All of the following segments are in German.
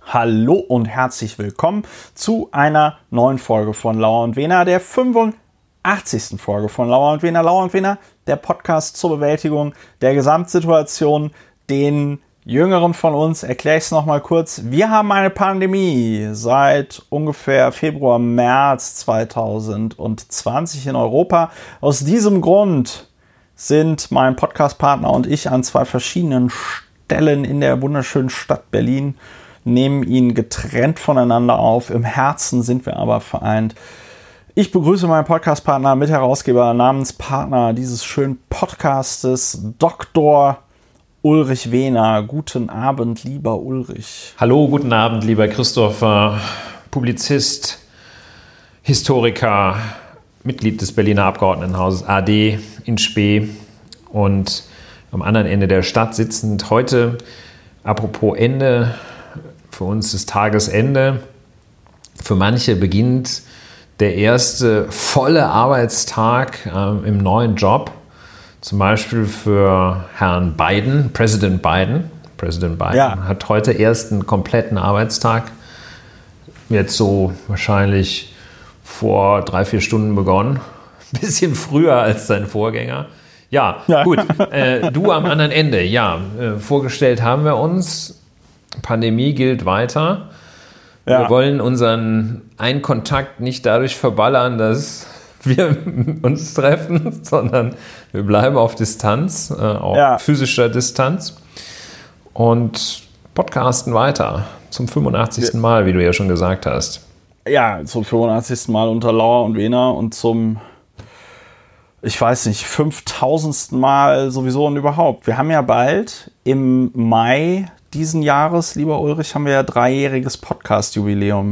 Hallo und herzlich willkommen zu einer neuen Folge von Lauer und Wehner, der 85. Folge von Lauer und Wehner. Lauer und Wehner, der Podcast zur Bewältigung der Gesamtsituation. Den Jüngeren von uns erkläre ich es nochmal kurz. Wir haben eine Pandemie seit ungefähr Februar, März 2020 in Europa. Aus diesem Grund sind mein Podcastpartner und ich an zwei verschiedenen Stellen in der wunderschönen Stadt Berlin, nehmen ihn getrennt voneinander auf. Im Herzen sind wir aber vereint. Ich begrüße meinen Podcastpartner, Mitherausgeber, Namenspartner dieses schönen Podcastes, Dr. Ulrich Wehner. Guten Abend, lieber Ulrich. Hallo, guten Abend, lieber Christopher, Publizist, Historiker, Mitglied des Berliner Abgeordnetenhauses AD in Spee und am anderen Ende der Stadt sitzend. Heute, apropos Ende, für uns ist Tagesende. Für manche beginnt der erste volle Arbeitstag im neuen Job. Zum Beispiel für Herrn Biden, Präsident Biden. Präsident Biden hat heute erst einen kompletten Arbeitstag. Jetzt so wahrscheinlich vor 3-4 Stunden begonnen. Ein bisschen früher als sein Vorgänger. Ja, gut. Du am anderen Ende. Ja, vorgestellt haben wir uns. Pandemie gilt weiter. Wir wollen unseren Einkontakt nicht dadurch verballern, dass wir uns treffen, sondern wir bleiben auf Distanz, auf physischer Distanz und podcasten weiter zum 85. Mal, wie du ja schon gesagt hast. Ja, zum 85. Mal unter Lauer und Wehner und zum, ich weiß nicht, 5000. Mal sowieso und überhaupt. Wir haben ja bald im Mai diesen Jahres, lieber Ulrich, haben wir ja 3-jähriges Podcast-Jubiläum.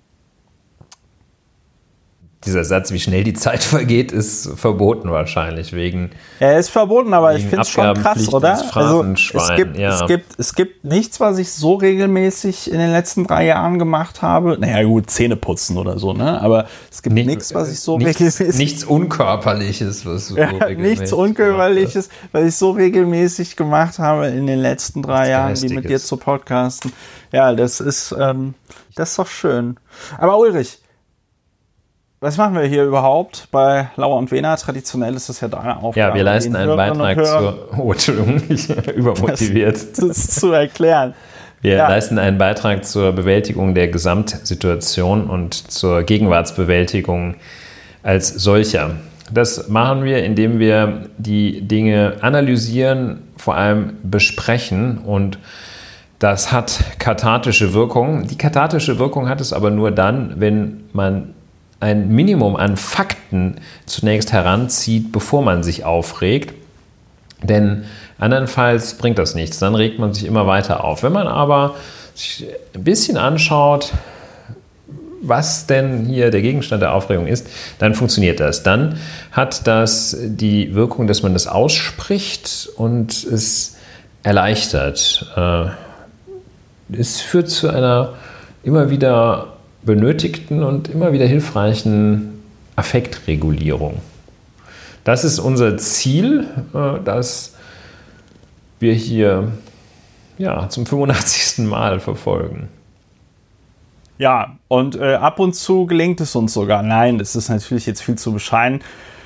Dieser Satz, wie schnell die Zeit vergeht, ist verboten wahrscheinlich wegen. Er ist verboten, aber ich finde es schon krass, oder? Also es gibt nichts, was ich so regelmäßig in den letzten 3 Jahren gemacht habe. Naja, gut, Zähne putzen oder so, ne? Aber es gibt nichts, was ich so regelmäßig. Nichts Unkörperliches, was du so regelmäßig. Nichts Unkörperliches, was ich so regelmäßig gemacht habe in den letzten 3 Jahren, wie mit dir zu podcasten. Ja, das ist doch schön. Aber Ulrich, was machen wir hier überhaupt bei Lauer und Wehner? Traditionell ist das ja deine Aufgabe. Ja, wir leisten einen Beitrag zur... Oh, Entschuldigung, ich bin übermotiviert. Das zu erklären. Wir leisten einen Beitrag zur Bewältigung der Gesamtsituation und zur Gegenwartsbewältigung als solcher. Das machen wir, indem wir die Dinge analysieren, vor allem besprechen, und das hat kathartische Wirkung. Die kathartische Wirkung hat es aber nur dann, wenn man ein Minimum an Fakten zunächst heranzieht, bevor man sich aufregt. Denn andernfalls bringt das nichts, dann regt man sich immer weiter auf. Wenn man aber sich ein bisschen anschaut, was denn hier der Gegenstand der Aufregung ist, dann funktioniert das. Dann hat das die Wirkung, dass man das ausspricht und es erleichtert. Es führt zu einer immer wieder benötigten und immer wieder hilfreichen Affektregulierung. Das ist unser Ziel, das wir hier zum 85. Mal verfolgen. Ja, und ab und zu gelingt es uns sogar. Nein, das ist natürlich jetzt viel zu bescheiden.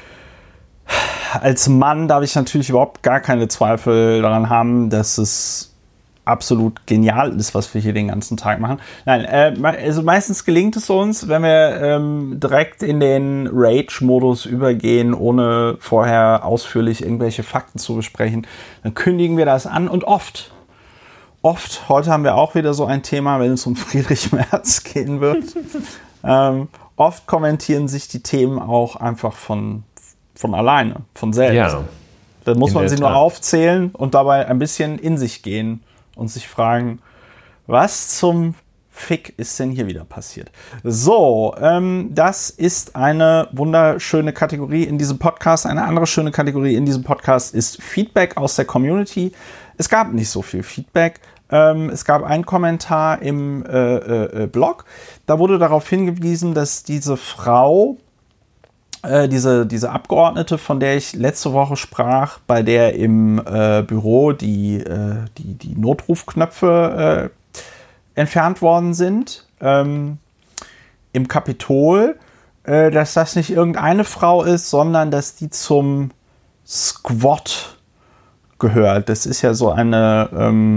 Als Mann darf ich natürlich überhaupt gar keine Zweifel daran haben, dass es absolut genial ist, was wir hier den ganzen Tag machen. Nein, also meistens gelingt es uns, wenn wir direkt in den Rage-Modus übergehen, ohne vorher ausführlich irgendwelche Fakten zu besprechen, dann kündigen wir das an und oft, heute haben wir auch wieder so ein Thema, wenn es um Friedrich Merz gehen wird, oft kommentieren sich die Themen auch einfach von alleine, von selbst. Ja, dann muss man sie nur aufzählen und dabei ein bisschen in sich gehen und sich fragen, was zum Fick ist denn hier wieder passiert? So, das ist eine wunderschöne Kategorie in diesem Podcast. Eine andere schöne Kategorie in diesem Podcast ist Feedback aus der Community. Es gab nicht so viel Feedback. Es gab einen Kommentar im Blog. Da wurde darauf hingewiesen, dass diese Frau, diese Abgeordnete, von der ich letzte Woche sprach, bei der im Büro die Notrufknöpfe entfernt worden sind im Kapitol, dass das nicht irgendeine Frau ist, sondern dass die zum Squad gehört. Das ist ja so eine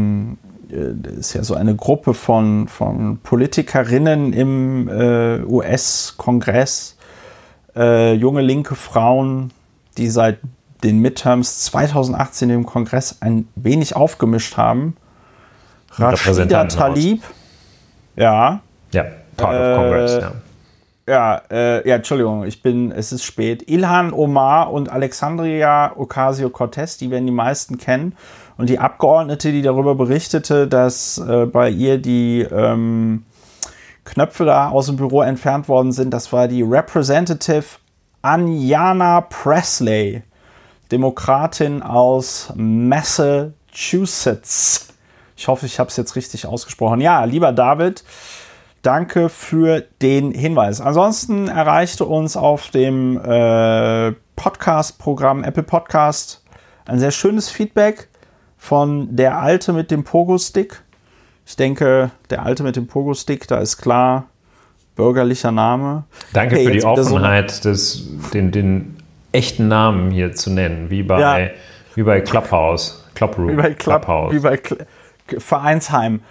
Gruppe von Politikerinnen im US-Kongress, junge linke Frauen, die seit den Midterms 2018 im Kongress ein wenig aufgemischt haben. Rashida Tlaib. Ja. Ja, Part of Congress, ja. Ja, Entschuldigung, es ist spät. Ilhan Omar und Alexandria Ocasio-Cortez, die werden die meisten kennen. Und die Abgeordnete, die darüber berichtete, dass bei ihr die Knöpfe da aus dem Büro entfernt worden sind, das war die Representative Ayanna Pressley, Demokratin aus Massachusetts. Ich hoffe, ich habe es jetzt richtig ausgesprochen. Ja, lieber David, danke für den Hinweis. Ansonsten erreichte uns auf dem Podcast-Programm Apple Podcast ein sehr schönes Feedback von der Alte mit dem Pogo-Stick. Ich denke, der Alte mit dem Pogo-Stick, da ist klar, bürgerlicher Name. Danke für die Offenheit, den echten Namen hier zu nennen, wie bei Clubhouse. Clubroom. Clubhouse. Wie bei Vereinsheim.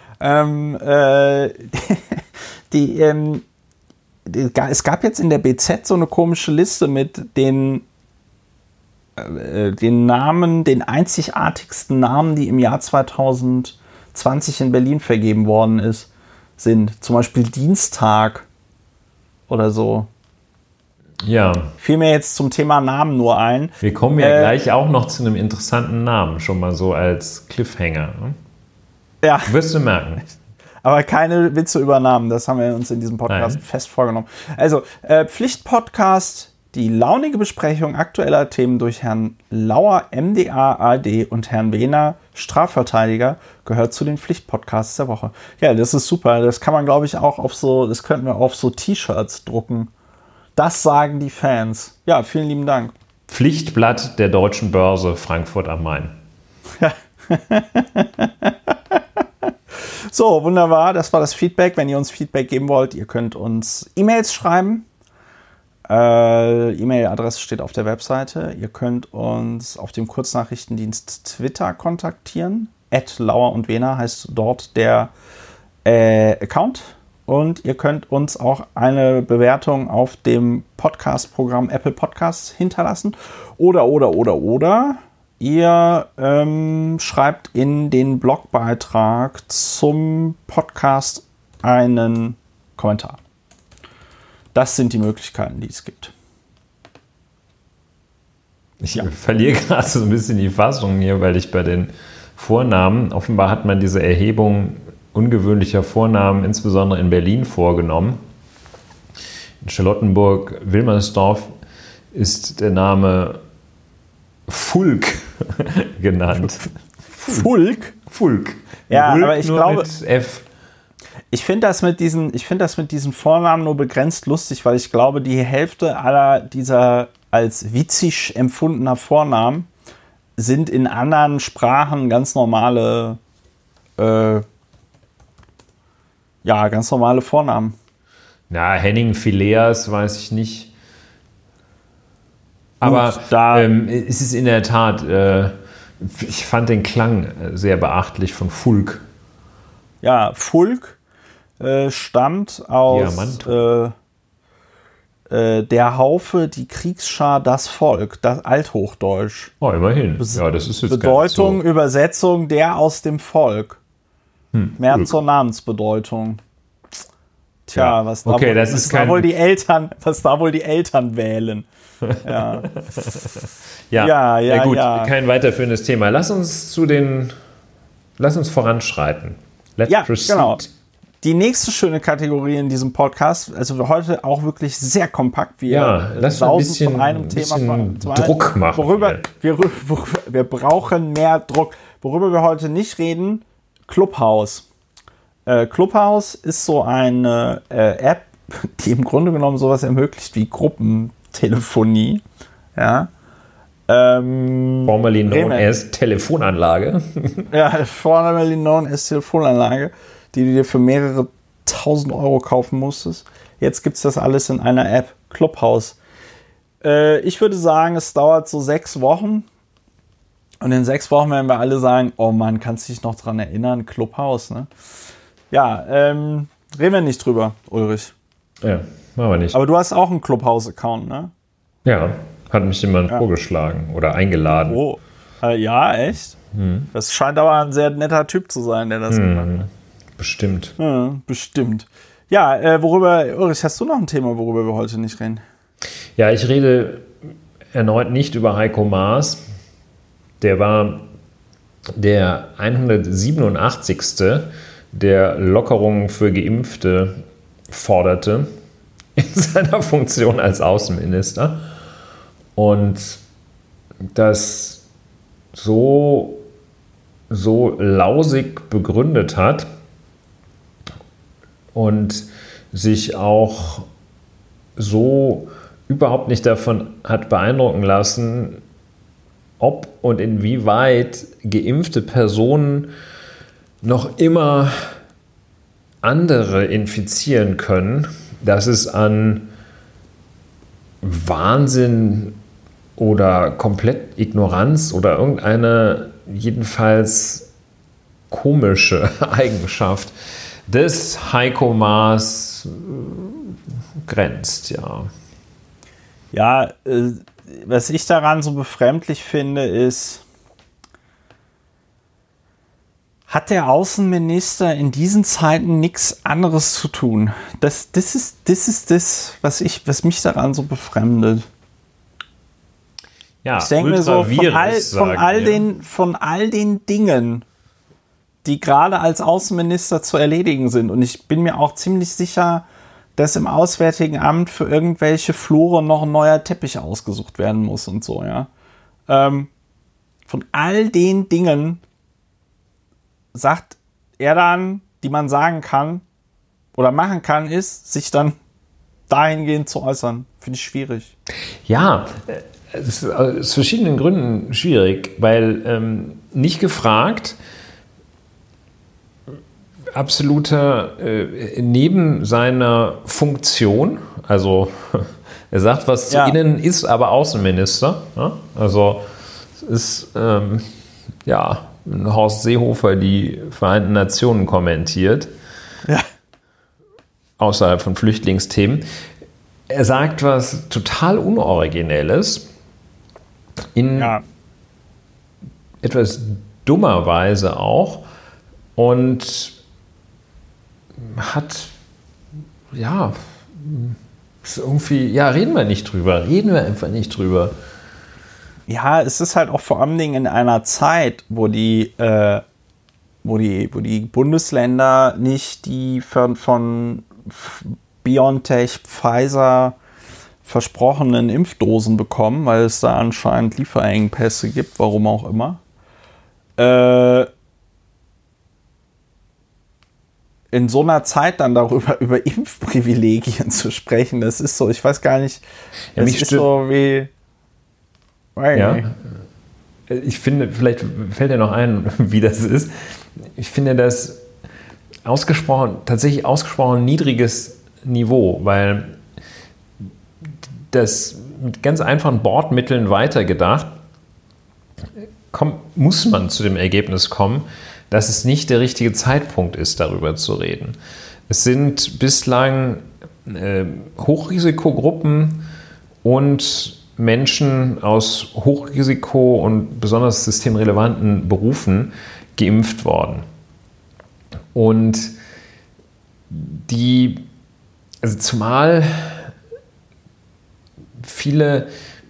Es gab jetzt in der BZ so eine komische Liste mit den Namen, den einzigartigsten Namen, die im Jahr 2020 in Berlin vergeben worden sind. Zum Beispiel Dienstag oder so. Ja. Fiel mir jetzt zum Thema Namen nur ein. Wir kommen ja gleich auch noch zu einem interessanten Namen, schon mal so als Cliffhanger. Ne? Ja. Wirst du merken. Aber keine Witze über Namen, das haben wir uns in diesem Podcast fest vorgenommen. Also, Pflichtpodcast, die launige Besprechung aktueller Themen durch Herrn Lauer, MDA, ARD und Herrn Wehner, Strafverteidiger, gehört zu den Pflichtpodcasts der Woche. Ja, das ist super. Das kann man, glaube ich, auch das könnten wir auf so T-Shirts drucken. Das sagen die Fans. Ja, vielen lieben Dank. Pflichtblatt der Deutschen Börse Frankfurt am Main. Ja. So, wunderbar. Das war das Feedback. Wenn ihr uns Feedback geben wollt, ihr könnt uns E-Mails schreiben. E-Mail-Adresse steht auf der Webseite. Ihr könnt uns auf dem Kurznachrichtendienst Twitter kontaktieren. @Lauer und Wehner heißt dort der Account. Und ihr könnt uns auch eine Bewertung auf dem Podcast-Programm Apple Podcasts hinterlassen. Oder ihr schreibt in den Blogbeitrag zum Podcast einen Kommentar. Das sind die Möglichkeiten, die es gibt. Ich verliere gerade so ein bisschen die Fassung hier, weil ich bei den Vornamen, offenbar hat man diese Erhebung ungewöhnlicher Vornamen, insbesondere in Berlin, vorgenommen. In Charlottenburg-Wilmersdorf ist der Name Fulk genannt. Fulk? Fulk. Ja, Fulk, aber ich nur glaube, mit F. Ich finde das mit diesen Vornamen nur begrenzt lustig, weil ich glaube, die Hälfte aller dieser als witzig empfundener Vornamen sind in anderen Sprachen ganz normale Vornamen. Na, Henning Phileas weiß ich nicht. Aber es ist in der Tat, ich fand den Klang sehr beachtlich von Fulk. Ja, Fulk stammt aus der Haufe, die Kriegsschar, das Volk, das Althochdeutsch. Oh, immerhin. Ja, das ist jetzt Bedeutung, so. Übersetzung, der aus dem Volk. Mehr Fulk. Zur Namensbedeutung. Tja, was da wohl die Eltern wählen. Ja. Ja, gut, kein weiterführendes Thema. Lass uns voranschreiten. Let's proceed. Genau. Die nächste schöne Kategorie in diesem Podcast, also heute auch wirklich sehr kompakt. Lass uns ein bisschen, von einem Thema Druck machen. Wir brauchen mehr Druck. Worüber wir heute nicht reden, Clubhouse. Clubhouse ist so eine App, die im Grunde genommen sowas ermöglicht wie Gruppentelefonie. Ja. Formerly known as Telefonanlage. Ja, formerly known as Telefonanlage. die du dir für mehrere 1000 Euro kaufen musstest. Jetzt gibt es das alles in einer App, Clubhouse. Ich würde sagen, es dauert so 6 Wochen. Und in 6 Wochen werden wir alle sagen, oh Mann, kannst du dich noch dran erinnern? Clubhouse, ne? Ja, reden wir nicht drüber, Ulrich. Ja, machen wir nicht. Aber du hast auch einen Clubhouse-Account, ne? Ja, hat mich jemand vorgeschlagen oder eingeladen. Oh, ja, echt? Das scheint aber ein sehr netter Typ zu sein, der das gemacht hat. Bestimmt. Ja, bestimmt. Ja, Ulrich, hast du noch ein Thema, worüber wir heute nicht reden? Ja, ich rede erneut nicht über Heiko Maas. Der war der 187. der Lockerungen für Geimpfte forderte in seiner Funktion als Außenminister und das so lausig begründet hat und sich auch so überhaupt nicht davon hat beeindrucken lassen, ob und inwieweit geimpfte Personen noch immer andere infizieren können, dass es an Wahnsinn oder komplett Ignoranz oder irgendeine jedenfalls komische Eigenschaft des Heiko Maas grenzt, ja. Ja, was ich daran so befremdlich finde, ist, hat der Außenminister in diesen Zeiten nichts anderes zu tun? Das ist das, was mich daran so befremdet. Ja, ich denke mir so, von all den Dingen, die gerade als Außenminister zu erledigen sind, und ich bin mir auch ziemlich sicher, dass im Auswärtigen Amt für irgendwelche Flure noch ein neuer Teppich ausgesucht werden muss und so, ja. Von all den Dingen sagt er dann, die man sagen kann oder machen kann, ist, sich dann dahingehend zu äußern. Finde ich schwierig. Ja, es ist aus verschiedenen Gründen schwierig, weil nicht gefragt, absoluter neben seiner Funktion, also er sagt was zu Ihnen, ist aber Außenminister. Ja? Also es ist Horst Seehofer die Vereinten Nationen kommentiert, außerhalb von Flüchtlingsthemen. Er sagt was total Unoriginelles in etwas dummer Weise auch und hat, irgendwie, reden wir einfach nicht drüber. Ja, es ist halt auch vor allen Dingen in einer Zeit, wo die Bundesländer nicht die von BioNTech, Pfizer versprochenen Impfdosen bekommen, weil es da anscheinend Lieferengpässe gibt, warum auch immer. In so einer Zeit dann über Impfprivilegien zu sprechen, das ist so, ich weiß gar nicht, das ist so wie... Ja. Ich finde, vielleicht fällt dir noch ein, wie das ist. Ich finde das tatsächlich ausgesprochen niedriges Niveau, weil das mit ganz einfachen Bordmitteln weitergedacht, muss man zu dem Ergebnis kommen, dass es nicht der richtige Zeitpunkt ist, darüber zu reden. Es sind bislang Hochrisikogruppen und Menschen aus Hochrisiko- und besonders systemrelevanten Berufen geimpft worden. Und zumal viele,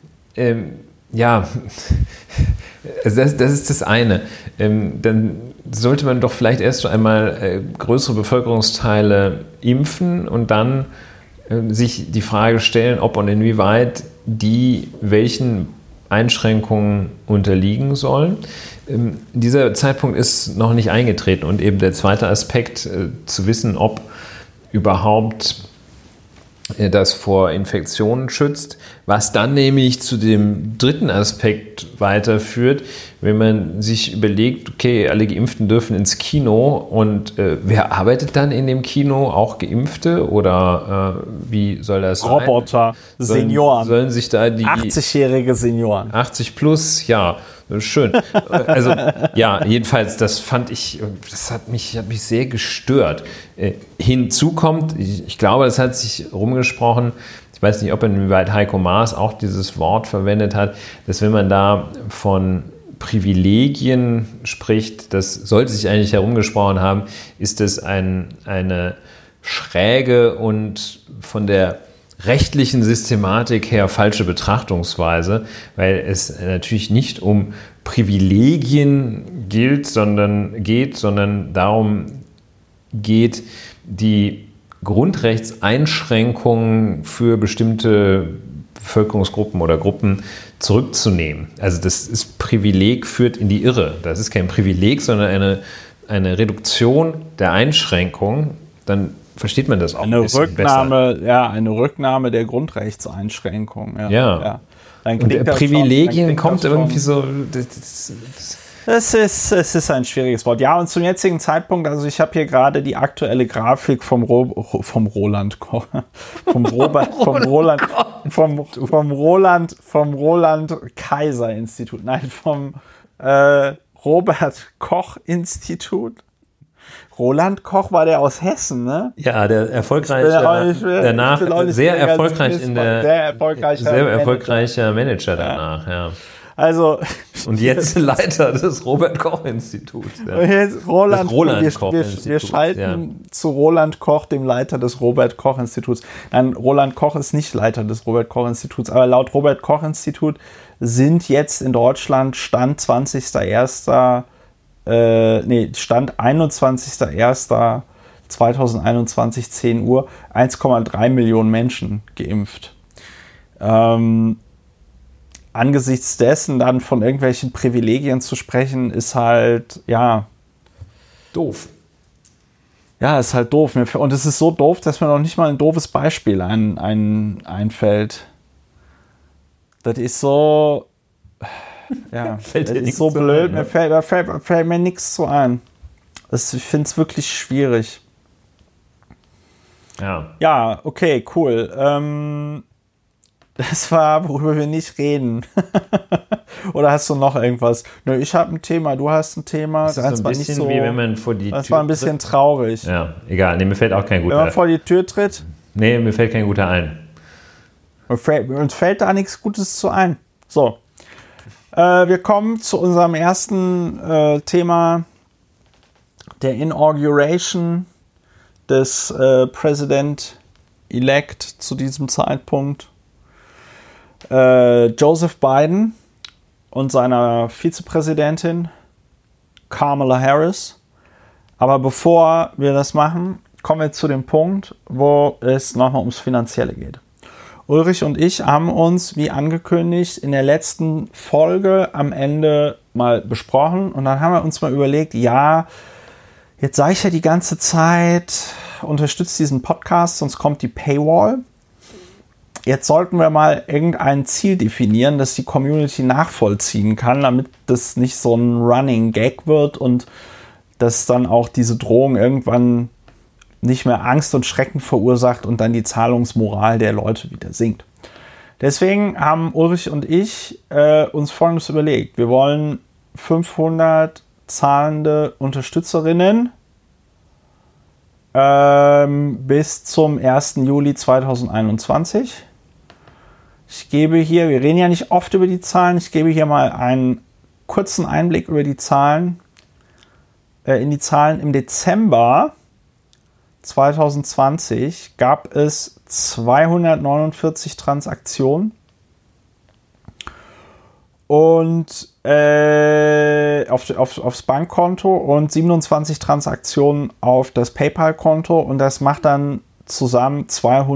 das ist das eine. Dann sollte man doch vielleicht erst einmal größere Bevölkerungsteile impfen und dann sich die Frage stellen, ob und inwieweit die welchen Einschränkungen unterliegen sollen. Dieser Zeitpunkt ist noch nicht eingetreten und eben der zweite Aspekt, zu wissen, ob überhaupt das vor Infektionen schützt, was dann nämlich zu dem dritten Aspekt weiterführt, wenn man sich überlegt, okay, alle Geimpften dürfen ins Kino und wer arbeitet dann in dem Kino? Auch Geimpfte oder wie soll das sein? Roboter, Senioren. Sollen sich da die 80-jährige Senioren. 80 plus, ja, schön. Also ja, jedenfalls, das hat mich sehr gestört. Hinzu kommt, ich glaube, das hat sich rumgesprochen, ich weiß nicht, ob inwieweit Heiko Maas auch dieses Wort verwendet hat, dass wenn man da von Privilegien spricht, das sollte sich eigentlich herumgesprochen haben, ist es eine schräge und von der rechtlichen Systematik her falsche Betrachtungsweise, weil es natürlich nicht um Privilegien geht, sondern darum geht, die Grundrechtseinschränkungen für bestimmte Bevölkerungsgruppen oder Gruppen zurückzunehmen. Also das Privileg führt in die Irre. Das ist kein Privileg, sondern eine Reduktion der Einschränkung. Dann versteht man das auch ein bisschen besser. Ja, eine Rücknahme der Grundrechtseinschränkung. Ja. Und Privilegien kommt irgendwie so... Es ist ein schwieriges Wort. Ja, und zum jetzigen Zeitpunkt, also ich habe hier gerade die aktuelle Grafik vom Roland Kaiser Institut. Nein, vom Robert Koch Institut. Roland Koch war der aus Hessen, ne? Ja, der erfolgreiche, sehr erfolgreicher Manager danach, ja. Also, und jetzt Leiter des Robert-Koch-Instituts. Ja. Und jetzt wir schalten zu Roland Koch, dem Leiter des Robert-Koch-Instituts. Nein, Roland Koch ist nicht Leiter des Robert-Koch-Instituts, aber laut Robert-Koch-Institut sind jetzt in Deutschland Stand 21.01.2021, 10 Uhr, 1,3 Millionen Menschen geimpft. Angesichts dessen dann von irgendwelchen Privilegien zu sprechen, ist halt, ja... doof. Ja, ist halt doof. Und es ist so doof, dass mir noch nicht mal ein doofes Beispiel einfällt. Das ist so... Ja, das ist so blöd. Da fällt mir nichts zu ein. Ich finde es wirklich schwierig. Ja, okay, cool. Das war, worüber wir nicht reden. Oder hast du noch irgendwas? Nö, ich habe ein Thema, du hast ein Thema. Das ist ein bisschen nicht so, wie wenn man vor die Tür tritt. Das war ein bisschen traurig. Ja, egal. Nee, mir fällt auch kein guter ein. Wenn man vor die Tür tritt? Nee, mir fällt kein guter ein. Uns fällt da nichts Gutes zu ein. So. Wir kommen zu unserem ersten Thema, der Inauguration des President-elect zu diesem Zeitpunkt. Joseph Biden und seiner Vizepräsidentin Kamala Harris. Aber bevor wir das machen, kommen wir zu dem Punkt, wo es nochmal ums Finanzielle geht. Ulrich und ich haben uns, wie angekündigt, in der letzten Folge am Ende mal besprochen und dann haben wir uns mal überlegt, ja, jetzt sage ich ja die ganze Zeit, unterstützt diesen Podcast, sonst kommt die Paywall. Jetzt sollten wir mal irgendein Ziel definieren, das die Community nachvollziehen kann, damit das nicht so ein Running Gag wird und dass dann auch diese Drohung irgendwann nicht mehr Angst und Schrecken verursacht und dann die Zahlungsmoral der Leute wieder sinkt. Deswegen haben Ulrich und ich uns Folgendes überlegt. Wir wollen 500 zahlende Unterstützerinnen bis zum 1. Juli 2021. Ich gebe hier, wir reden ja nicht oft über die Zahlen, ich gebe hier mal einen kurzen Einblick über die Zahlen, in die Zahlen. Im Dezember 2020 gab es 249 Transaktionen und aufs Bankkonto und 27 Transaktionen auf das PayPal-Konto und das macht dann zusammen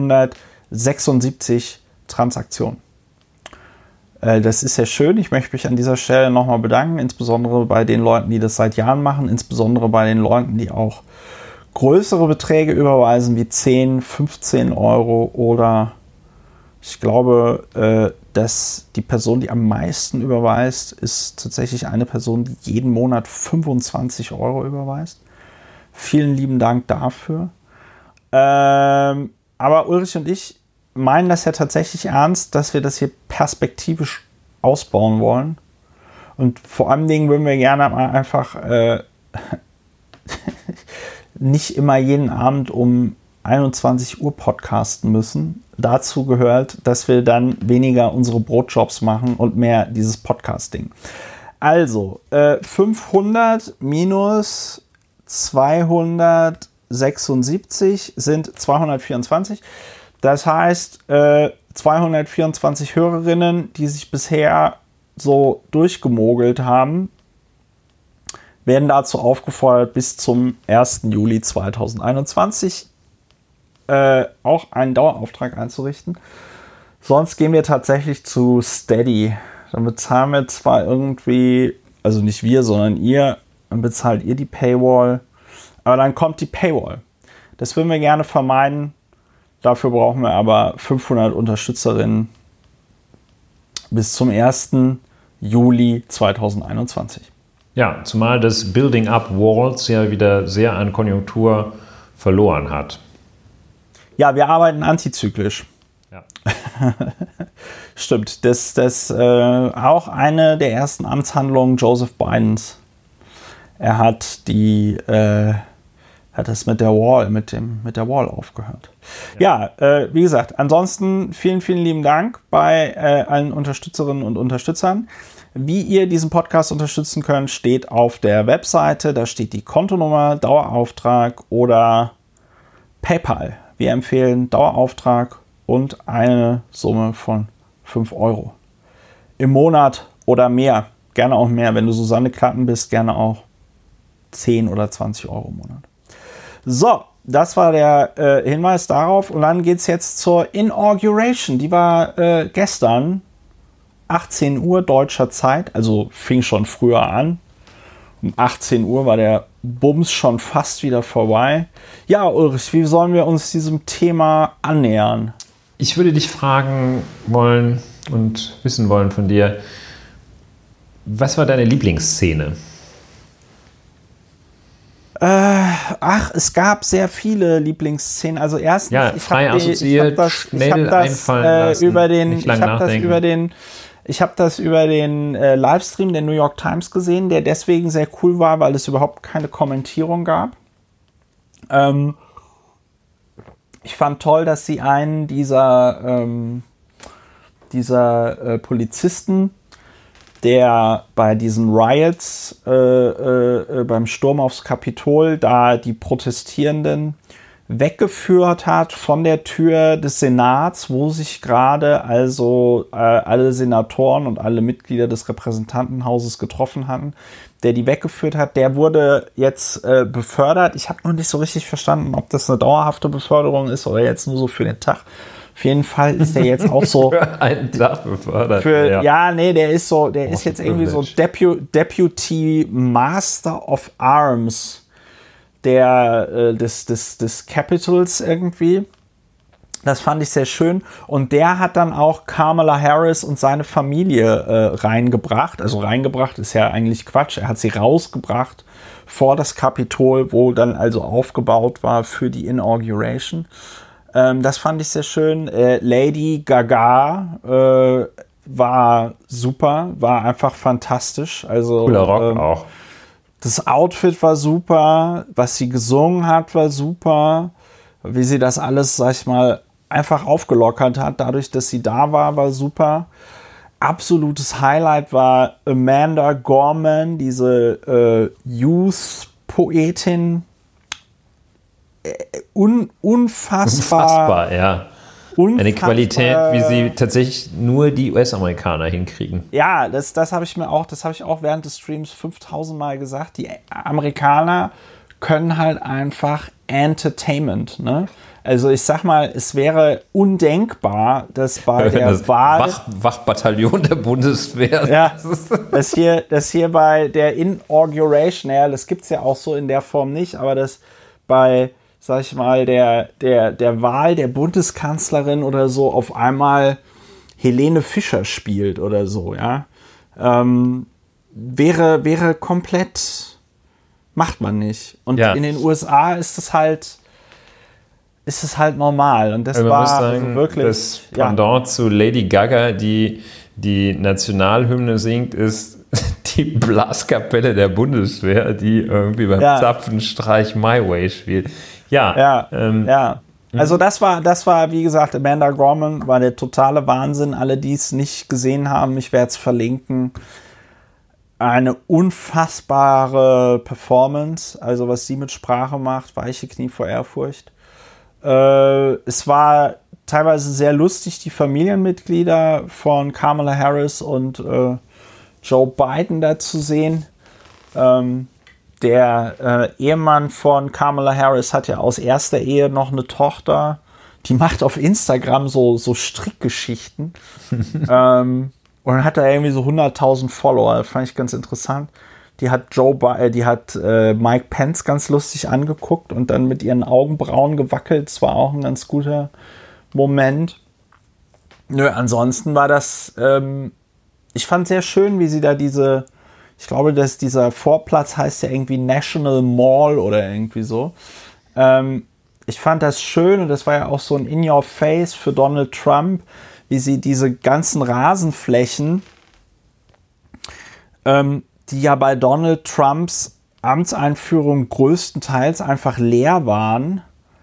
276 Transaktionen. Das ist sehr schön. Ich möchte mich an dieser Stelle nochmal bedanken, insbesondere bei den Leuten, die das seit Jahren machen, insbesondere bei den Leuten, die auch größere Beträge überweisen wie 10, 15 Euro oder ich glaube, dass die Person, die am meisten überweist, ist tatsächlich eine Person, die jeden Monat 25 Euro überweist. Vielen lieben Dank dafür. Aber Ulrich und ich meinen das ja tatsächlich ernst, dass wir das hier perspektivisch ausbauen wollen. Und vor allen Dingen würden wir gerne mal einfach nicht immer jeden Abend um 21 Uhr podcasten müssen. Dazu gehört, dass wir dann weniger unsere Brotjobs machen und mehr dieses Podcasting. Also, 500 minus 276 sind 224. Das heißt, 224 Hörerinnen, die sich bisher so durchgemogelt haben, werden dazu aufgefordert, bis zum 1. Juli 2021 auch einen Dauerauftrag einzurichten. Sonst gehen wir tatsächlich zu Steady. Dann bezahlen wir zwar irgendwie, also nicht wir, sondern ihr, dann bezahlt ihr die Paywall, aber dann kommt die Paywall. Das würden wir gerne vermeiden. Dafür brauchen wir aber 500 Unterstützerinnen bis zum 1. Juli 2021. Ja, zumal das Building Up Walls ja wieder sehr an Konjunktur verloren hat. Ja, wir arbeiten antizyklisch. Ja. Stimmt, das auch eine der ersten Amtshandlungen Joseph Bidens. Er hat hat das mit der Wall aufgehört. Ja, wie gesagt, ansonsten vielen, vielen lieben Dank bei allen Unterstützerinnen und Unterstützern. Wie ihr diesen Podcast unterstützen könnt, steht auf der Webseite. Da steht die Kontonummer, Dauerauftrag oder PayPal. Wir empfehlen Dauerauftrag und eine Summe von 5 Euro im Monat oder mehr. Gerne auch mehr. Wenn du Susanne Klatten bist, gerne auch 10 oder 20 Euro im Monat. So, das war der Hinweis darauf. Und dann geht es jetzt zur Inauguration. Die war gestern 18 Uhr deutscher Zeit. Also fing schon früher an. Um 18 Uhr war der Bums schon fast wieder vorbei. Ja, Ulrich, wie sollen wir uns diesem Thema annähern? Ich würde dich fragen wollen und wissen wollen von dir, was war deine Lieblingsszene? Es gab sehr viele Lieblingsszenen. Also erstens, ja, frei assoziiert, schnell einfallen lassen, Ich habe das über den Livestream der New York Times gesehen, der deswegen sehr cool war, weil es überhaupt keine Kommentierung gab. Ich fand toll, dass sie einen dieser Polizisten, der bei diesen Riots beim Sturm aufs Kapitol da die Protestierenden weggeführt hat von der Tür des Senats, wo sich gerade also alle Senatoren und alle Mitglieder des Repräsentantenhauses getroffen hatten, der die weggeführt hat, der wurde jetzt befördert. Ich habe noch nicht so richtig verstanden, ob das eine dauerhafte Beförderung ist oder jetzt nur so für den Tag. Auf jeden Fall ist der jetzt auch so für einen Tag befördert. Der ist so, ist jetzt irgendwie so Deputy Master of Arms des Capitals irgendwie. Das fand ich sehr schön. Und der hat dann auch Kamala Harris und seine Familie reingebracht. Also reingebracht ist ja eigentlich Quatsch. Er hat sie rausgebracht vor das Kapitol, wo dann also aufgebaut war für die Inauguration. Das fand ich sehr schön. Lady Gaga war super, war einfach fantastisch. Also, cooler Rock auch. Das Outfit war super, was sie gesungen hat, war super. Wie sie das alles, sag ich mal, einfach aufgelockert hat, dadurch, dass sie da war super. Absolutes Highlight war Amanda Gorman, diese Youth-Poetin. Unfassbar, ja. Eine Qualität, wie sie tatsächlich nur die US-Amerikaner hinkriegen. Ja, das habe ich auch während des Streams 5000 Mal gesagt. Die Amerikaner können halt einfach Entertainment, ne? Also ich sag mal, es wäre undenkbar, dass bei der Wahl... Wachbataillon der Bundeswehr. Ja, dass hier bei der Inauguration, das gibt es ja auch so in der Form nicht, aber dass bei, sag ich mal, der Wahl der Bundeskanzlerin oder so auf einmal Helene Fischer spielt oder so, ja. Wäre komplett, macht man nicht. Und in den USA ist es halt normal. Und das man war muss sagen, also wirklich das Pendant zu Lady Gaga, die Nationalhymne singt, ist die Blaskapelle der Bundeswehr, die irgendwie beim Zapfenstreich My Way spielt. Also das war, wie gesagt, Amanda Gorman war der totale Wahnsinn. Alle, die es nicht gesehen haben, ich werde es verlinken. Eine unfassbare Performance, also was sie mit Sprache macht, weiche Knie vor Ehrfurcht. Es war teilweise sehr lustig, die Familienmitglieder von Kamala Harris und Joe Biden da zu sehen. Der Ehemann von Kamala Harris hat ja aus erster Ehe noch eine Tochter, die macht auf Instagram so Strickgeschichten und hat da irgendwie so 100.000 Follower. Das fand ich ganz interessant. Die hat Mike Pence ganz lustig angeguckt und dann mit ihren Augenbrauen gewackelt. Das war auch ein ganz guter Moment. Ansonsten war das, ich fand sehr schön, wie sie da ich glaube, dass dieser Vorplatz heißt ja irgendwie National Mall oder irgendwie so. Ich fand das schön und das war ja auch so ein In-Your-Face für Donald Trump, wie sie diese ganzen Rasenflächen, die ja bei Donald Trumps Amtseinführung größtenteils einfach leer waren,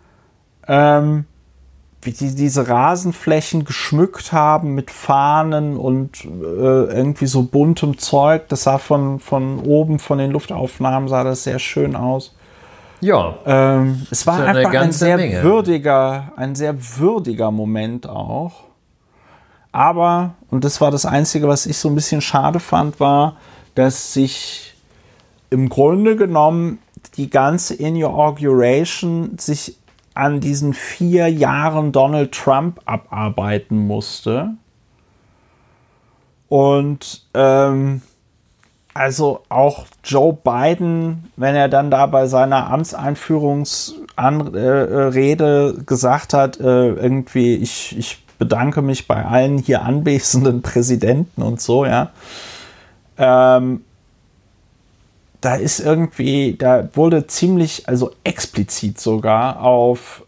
wie die diese Rasenflächen geschmückt haben mit Fahnen und irgendwie so buntem Zeug. Das sah von oben, von den Luftaufnahmen, sah das sehr schön aus. Ja. Es war einfach ein sehr würdiger Moment auch. Aber, und das war das Einzige, was ich so ein bisschen schade fand, war, dass sich im Grunde genommen die ganze Inauguration sich an diesen 4 Jahren Donald Trump abarbeiten musste. Und also auch Joe Biden, wenn er dann da bei seiner Amtseinführungsrede gesagt hat, irgendwie, ich bedanke mich bei allen hier anwesenden Präsidenten und so, ja. Da wurde ziemlich, also explizit sogar auf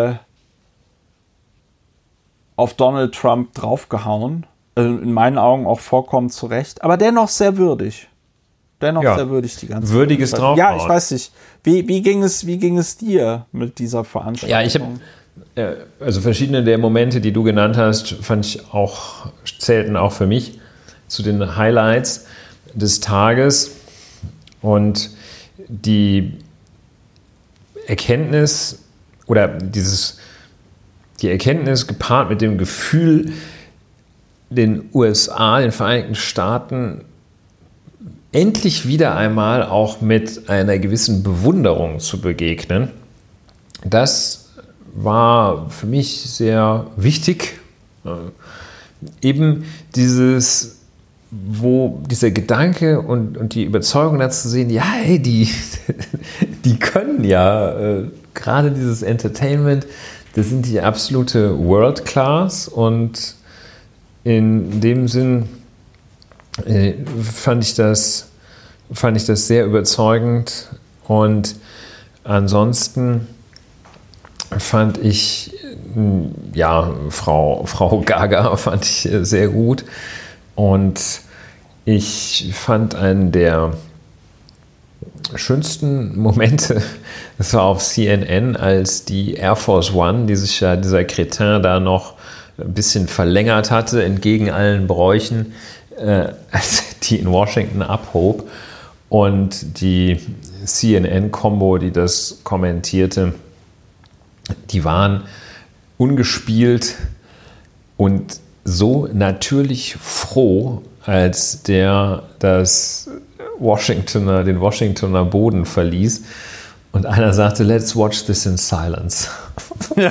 Donald Trump draufgehauen. In meinen Augen auch vollkommen zu Recht, aber dennoch sehr würdig. Sehr würdig die ganze Zeit. Würdiges Draufhauen. Ja, ich weiß nicht. Wie ging es dir mit dieser Veranstaltung? Ja, ich habe also verschiedene der Momente, die du genannt hast, fand ich auch, zählten auch für mich zu den Highlights des Tages. Und die Erkenntnis die Erkenntnis gepaart mit dem Gefühl, den USA, den Vereinigten Staaten, endlich wieder einmal auch mit einer gewissen Bewunderung zu begegnen, das war für mich sehr wichtig. Eben dieser Gedanke und die Überzeugung dazu zu sehen, ja, hey, die können ja gerade dieses Entertainment, das sind die absolute World Class und in dem Sinn fand ich das sehr überzeugend und ansonsten fand ich, Frau Gaga fand ich sehr gut und ich fand einen der schönsten Momente, das war auf CNN, als die Air Force One, die sich ja dieser Cretin da noch ein bisschen verlängert hatte, entgegen allen Bräuchen, als die in Washington abhob und die CNN-Kombo, die das kommentierte, die waren ungespielt und so natürlich froh, als der den Washingtoner Boden verließ und einer sagte, let's watch this in silence. Ja,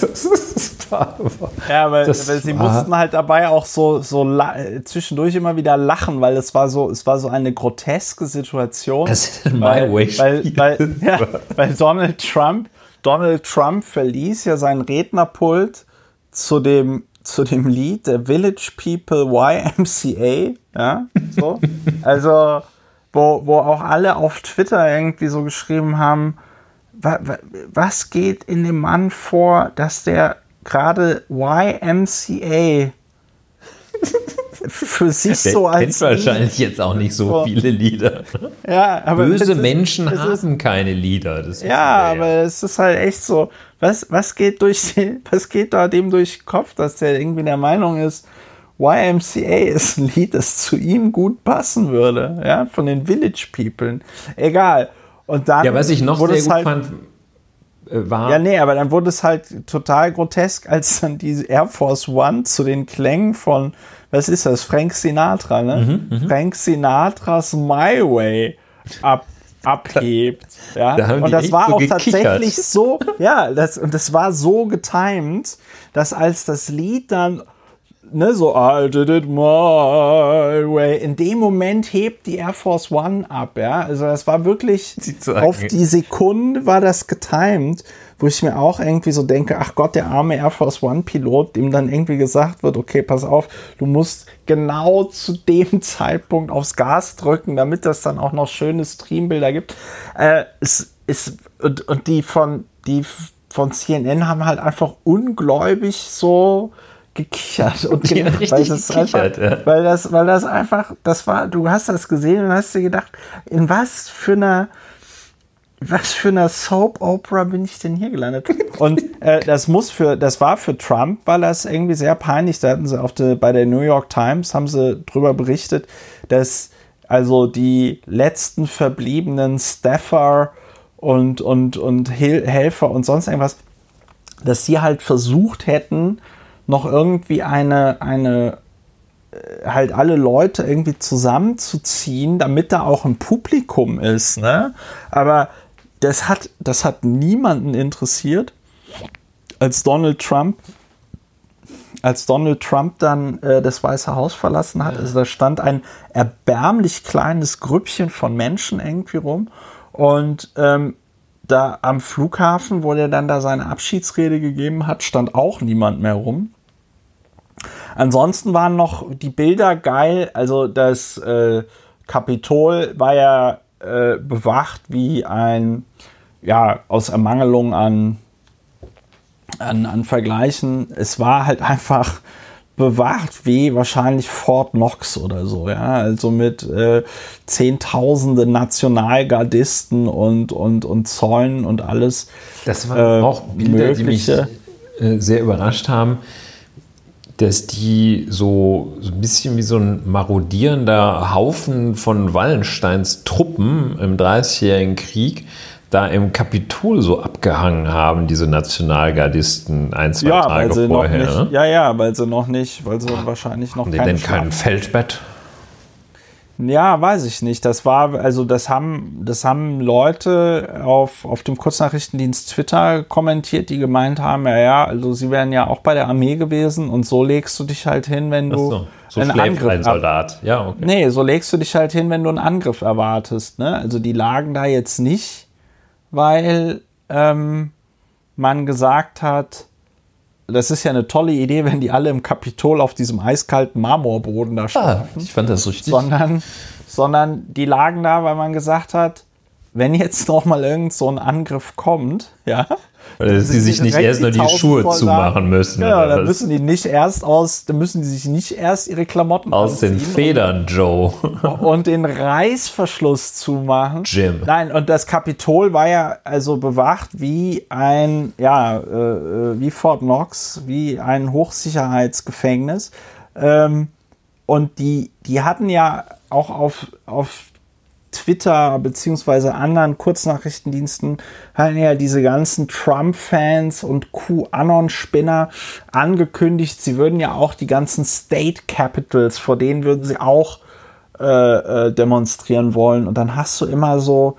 weil sie mussten halt dabei auch so zwischendurch immer wieder lachen, weil es war so eine groteske Situation. Das ist in my way. Weil Donald Trump Donald Trump verließ ja sein Rednerpult zu dem Lied der Village People YMCA, ja, so. Also, wo auch alle auf Twitter irgendwie so geschrieben haben, was geht in dem Mann vor, dass der gerade YMCA für sich der so als... kennt wahrscheinlich jetzt auch nicht so viele Lieder. Ja, aber böse Menschen haben keine Lieder. Das aber es ist halt echt so, was geht da dem durch den Kopf, dass der irgendwie der Meinung ist, YMCA ist ein Lied, das zu ihm gut passen würde, ja, von den Village People. Egal. Und dann was ich noch sehr gut fand, war... Ja, nee, aber dann wurde es halt total grotesk, als dann die Air Force One zu den Klängen von, was ist das, Frank Sinatra, ne? Frank Sinatras My Way abhebt. Ja? Da und das war so auch gekichert. Tatsächlich so, das war so getimed, dass als das Lied dann so I did it my way. In dem Moment hebt die Air Force One ab, ja. Also das war wirklich auf die Sekunde war das getimed, wo ich mir auch irgendwie so denke, ach Gott, der arme Air Force One Pilot, dem dann irgendwie gesagt wird, okay, pass auf, du musst genau zu dem Zeitpunkt aufs Gas drücken, damit das dann auch noch schöne Streambilder gibt. Und die von CNN haben halt einfach ungläubig so gekichert und richtig gekichert, weil das einfach, das war, du hast das gesehen und hast dir gedacht, in was für einer Soap Opera bin ich denn hier gelandet? Und das war für Trump, weil das irgendwie sehr peinlich, da hatten sie bei der New York Times haben sie drüber berichtet, dass also die letzten verbliebenen Staffer und Helfer und sonst irgendwas, dass sie halt versucht hätten, noch irgendwie halt alle Leute irgendwie zusammenzuziehen, damit da auch ein Publikum ist, ne? Aber das hat niemanden interessiert, als Donald Trump dann das Weiße Haus verlassen hat. Also da stand ein erbärmlich kleines Grüppchen von Menschen irgendwie rum und da am Flughafen, wo der dann da seine Abschiedsrede gegeben hat, stand auch niemand mehr rum. Ansonsten waren noch die Bilder geil. Also das Kapitol war ja bewacht wie aus Ermangelung an Vergleichen. Es war halt einfach bewacht wie wahrscheinlich Fort Knox oder so, ja, also mit Zehntausende Nationalgardisten und Zäunen und alles. Das waren auch Bilder, die mich sehr überrascht haben, dass die so ein bisschen wie so ein marodierender Haufen von Wallensteins Truppen im 30-jährigen Krieg da im Kapitol so abgehangen haben, diese Nationalgardisten, 1-2 Tage vorher. Weil sie wahrscheinlich noch haben die denn kein Feldbett? Ja, weiß ich nicht. Das haben Leute auf dem Kurznachrichtendienst Twitter kommentiert, die gemeint haben, also sie wären ja auch bei der Armee gewesen und so legst du dich halt hin, wenn du einen Angriff ein Soldat. Ja, okay. Nee, so legst du dich halt hin, wenn du einen Angriff erwartest. Ne? Also die lagen da jetzt nicht, weil man gesagt hat, das ist ja eine tolle Idee, wenn die alle im Kapitol auf diesem eiskalten Marmorboden da schlafen. Ich fand das richtig. Sondern die lagen da, weil man gesagt hat, wenn jetzt noch mal irgend so ein Angriff kommt, ja. Dass sie sich nicht erst nur die Schuhe zumachen müssen. Ja, dann müssen die sich nicht erst ihre Klamotten aus den Federn, Joe. Und den Reißverschluss zumachen. Jim. Nein, und das Kapitol war ja also bewacht wie wie Fort Knox, wie ein Hochsicherheitsgefängnis. Und die hatten ja auch auf Twitter beziehungsweise anderen Kurznachrichtendiensten hatten ja diese ganzen Trump-Fans und QAnon-Spinner angekündigt, sie würden ja auch die ganzen State Capitals, vor denen würden sie auch demonstrieren wollen. Und dann hast du immer so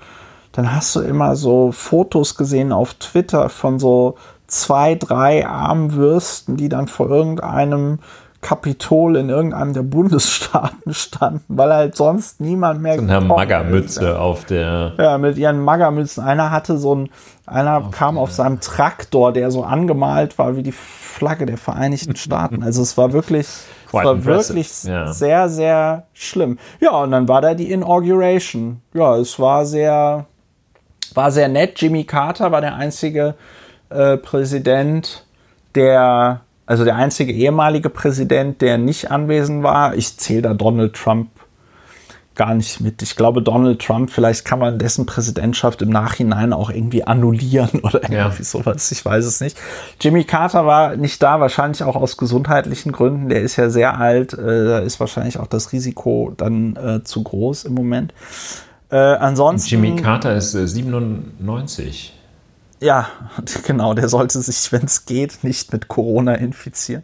Fotos gesehen auf Twitter von so 2, 3 armen Würsten, die dann vor irgendeinem Kapitol in irgendeinem der Bundesstaaten standen, weil halt sonst niemand mehr so eine Magermütze auf der... Ja, mit ihren Magermützen. Einer kam auf seinem Traktor, der so angemalt war wie die Flagge der Vereinigten Staaten. Also es war wirklich sehr, sehr schlimm. Ja, und dann war da die Inauguration. Ja, es war sehr nett. Jimmy Carter war der einzige Präsident, der einzige ehemalige Präsident, der nicht anwesend war. Ich zähle da Donald Trump gar nicht mit. Ich glaube, Donald Trump, vielleicht kann man dessen Präsidentschaft im Nachhinein auch irgendwie annullieren oder irgendwie sowas. Ich weiß es nicht. Jimmy Carter war nicht da, wahrscheinlich auch aus gesundheitlichen Gründen. Der ist ja sehr alt. Da ist wahrscheinlich auch das Risiko dann zu groß im Moment. Ansonsten. Jimmy Carter ist 97. Ja, genau, der sollte sich, wenn es geht, nicht mit Corona infizieren.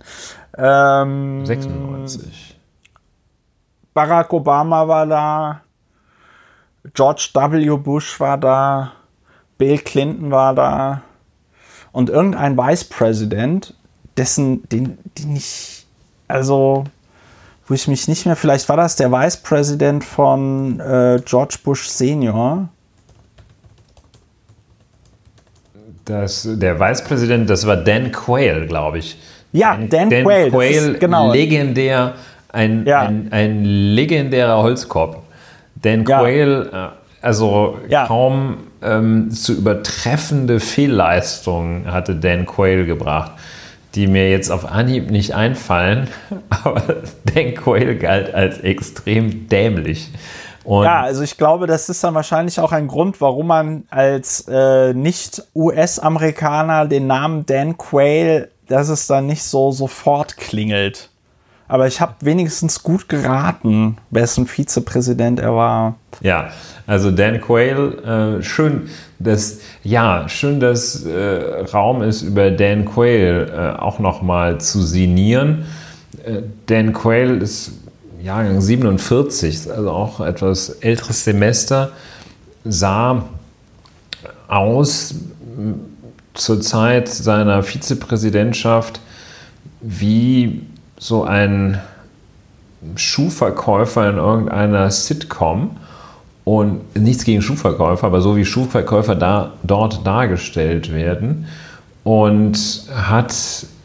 96. Barack Obama war da, George W. Bush war da, Bill Clinton war da und irgendein Vice President, den ich, also, wo ich mich nicht mehr, vielleicht war das der Vice President von George Bush Senior. Der Vicepräsident, das war Dan Quayle, glaube ich. Ja, Dan Quayle. Quayle, genau. Legendär, ein legendärer Holzkopf. Dan Quayle, kaum zu übertreffende Fehlleistungen hatte Dan Quayle gebracht, die mir jetzt auf Anhieb nicht einfallen, aber Dan Quayle galt als extrem dämlich. Und also ich glaube, das ist dann wahrscheinlich auch ein Grund, warum man als Nicht-US-Amerikaner den Namen Dan Quayle, dass es dann nicht so sofort klingelt. Aber ich habe wenigstens gut geraten, wessen Vizepräsident er war. Ja, also Dan Quayle, schön, dass Raum ist, über Dan Quayle auch nochmal zu sinnieren. Dan Quayle ist Jahrgang 47, also auch etwas älteres Semester, sah aus zur Zeit seiner Vizepräsidentschaft wie so ein Schuhverkäufer in irgendeiner Sitcom. Und nichts gegen Schuhverkäufer, aber so wie Schuhverkäufer dort dargestellt werden. Und hat,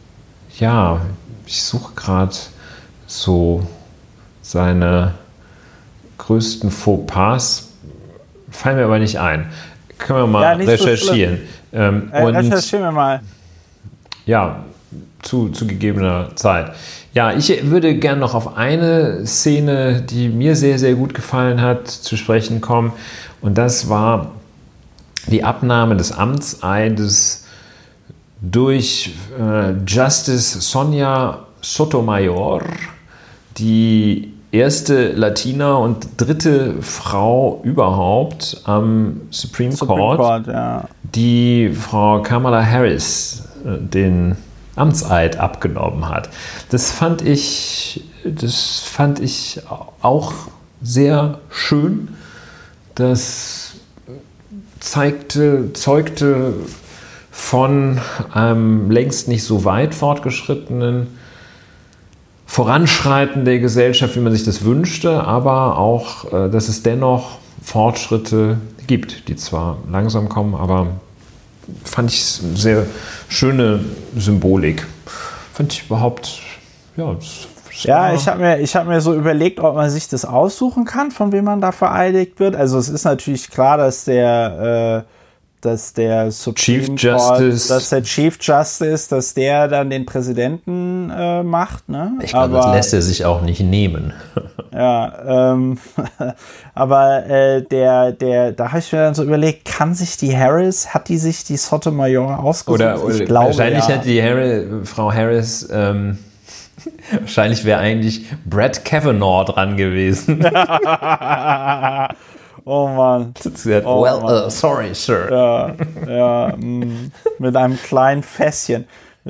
ich suche gerade so seine größten Fauxpas, fallen mir aber nicht ein. Können wir mal recherchieren. So recherchieren wir mal. Ja, zu gegebener Zeit. Ja, ich würde gerne noch auf eine Szene, die mir sehr, sehr gut gefallen hat, zu sprechen kommen. Und das war die Abnahme des Amtseides durch Justice Sonia Sotomayor, die erste Latina und dritte Frau überhaupt am Supreme Court, die Frau Kamala Harris den Amtseid abgenommen hat. Das fand ich auch sehr schön. Das zeugte von einem längst nicht so weit fortgeschrittenen Voranschreiten der Gesellschaft, wie man sich das wünschte, aber auch, dass es dennoch Fortschritte gibt, die zwar langsam kommen, aber fand ich sehr schöne Symbolik. Fand ich überhaupt, ich habe mir so überlegt, ob man sich das aussuchen kann, von wem man da vereidigt wird. Also es ist natürlich klar, dass der Supreme Court, dass der Chief Justice, dass der dann den Präsidenten macht. Ne? Ich glaube, das lässt er sich auch nicht nehmen. Ja, aber da habe ich mir dann so überlegt, hat die sich die Sotomayor ausgesucht? Oder ich glaube, wahrscheinlich hat Frau Harris, wahrscheinlich wäre eigentlich Brett Kavanaugh dran gewesen. Oh Mann. Sorry, Sir. Ja, mit einem kleinen Fässchen.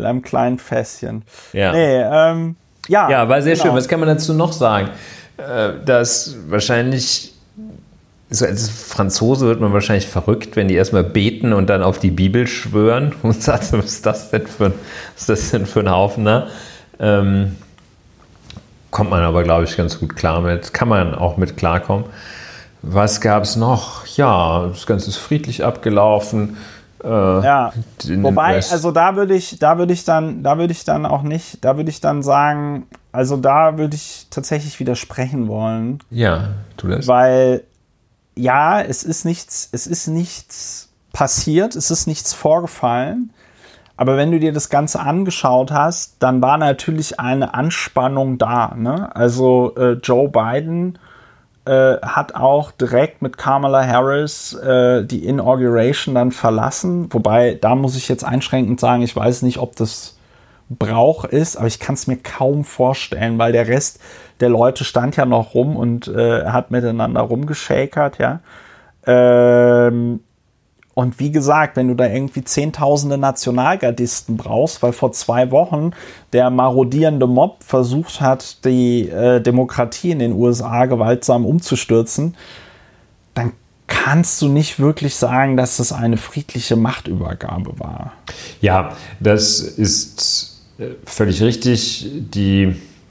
Ja. Nee, war sehr schön. Was kann man dazu noch sagen? Dass wahrscheinlich, so als Franzose wird man wahrscheinlich verrückt, wenn die erstmal beten und dann auf die Bibel schwören und sagt, was ist das denn für ein Haufen, ne? kommt man aber, glaube ich, ganz gut klar mit. Kann man auch mit klarkommen. Was gab es noch? Ja, das Ganze ist friedlich abgelaufen. Ja, wobei, also da würde ich dann sagen, also da würde ich tatsächlich widersprechen wollen. Ja, tu das. Weil, ja, es ist nichts passiert, es ist nichts vorgefallen, aber wenn du dir das Ganze angeschaut hast, dann war natürlich eine Anspannung da, ne? Also Joe Biden hat auch direkt mit Kamala Harris die Inauguration dann verlassen. Wobei, da muss ich jetzt einschränkend sagen, ich weiß nicht, ob das Brauch ist, aber ich kann es mir kaum vorstellen, weil der Rest der Leute stand ja noch rum und hat miteinander rumgeschakert, ja. Und wie gesagt, wenn du da irgendwie Zehntausende Nationalgardisten brauchst, weil vor 2 Wochen der marodierende Mob versucht hat, die Demokratie in den USA gewaltsam umzustürzen, dann kannst du nicht wirklich sagen, dass das eine friedliche Machtübergabe war. Ja, das ist völlig richtig. Die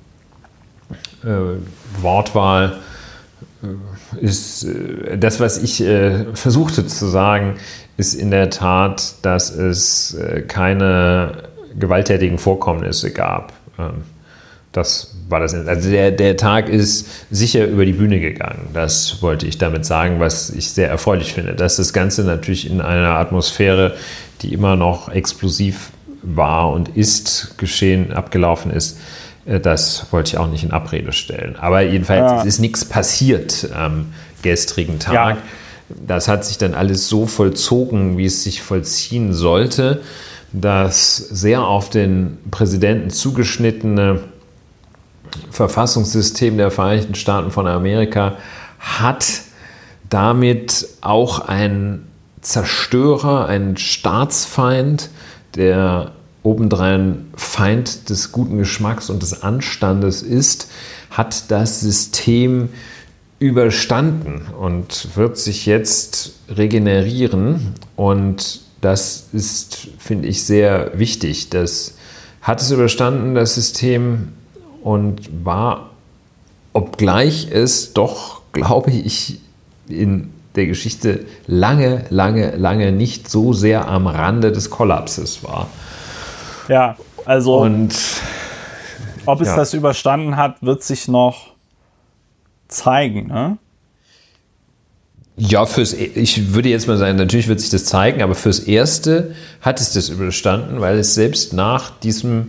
Wortwahl ist das, was ich versuchte zu sagen, ist in der Tat, dass es keine gewalttätigen Vorkommnisse gab. Das war das. Also der Tag ist sicher über die Bühne gegangen. Das wollte ich damit sagen, was ich sehr erfreulich finde. Dass das Ganze natürlich in einer Atmosphäre, die immer noch explosiv war und ist, abgelaufen ist, das wollte ich auch nicht in Abrede stellen. Aber jedenfalls, es ist nichts passiert am gestrigen Tag. Ja. Das hat sich dann alles so vollzogen, wie es sich vollziehen sollte. Das sehr auf den Präsidenten zugeschnittene Verfassungssystem der Vereinigten Staaten von Amerika hat damit auch einen Zerstörer, einen Staatsfeind, der obendrein Feind des guten Geschmacks und des Anstandes ist, hat das System überstanden und wird sich jetzt regenerieren. Und das ist, finde ich, sehr wichtig. Das hat es überstanden, das System, und war, obgleich es doch, glaube ich, in der Geschichte lange nicht so sehr am Rande des Kollapses war. Ja, also ob es das überstanden hat, wird sich noch zeigen, ne? Ja, ich würde jetzt mal sagen, natürlich wird sich das zeigen, aber fürs Erste hat es das überstanden, weil es selbst nach diesem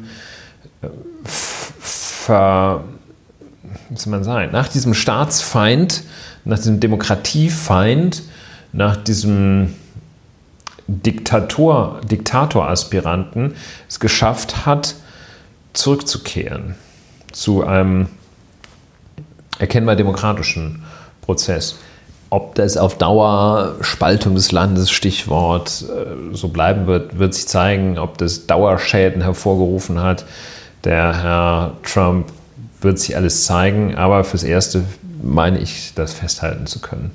nach diesem Staatsfeind, nach diesem Demokratiefeind, nach diesem Diktatoraspiranten es geschafft hat, zurückzukehren zu einem erkennbar demokratischen Prozess. Ob das auf Dauer Spaltung des Landes, Stichwort, so bleiben wird sich zeigen. Ob das Dauerschäden hervorgerufen hat, der Herr Trump, wird sich alles zeigen. Aber fürs Erste meine ich, das festhalten zu können.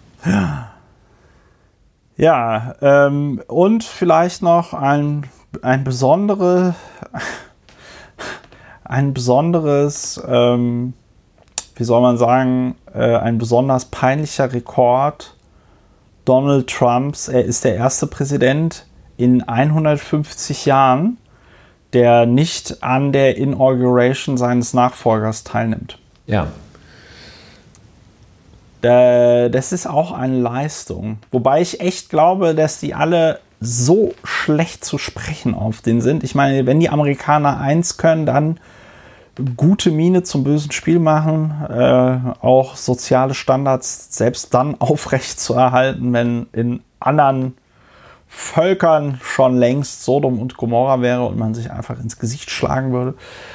Ja, und vielleicht noch ein besonderes, wie soll man sagen, ein besonders peinlicher Rekord Donald Trumps. Er ist der erste Präsident in 150 Jahren, der nicht an der Inauguration seines Nachfolgers teilnimmt. Ja. Das ist auch eine Leistung. Wobei ich echt glaube, dass die alle so schlecht zu sprechen auf den sind. Ich meine, wenn die Amerikaner eins können, dann gute Miene zum bösen Spiel machen, auch soziale Standards selbst dann aufrecht zu erhalten, wenn in anderen Völkern schon längst Sodom und Gomorra wäre und man sich einfach ins Gesicht schlagen würde.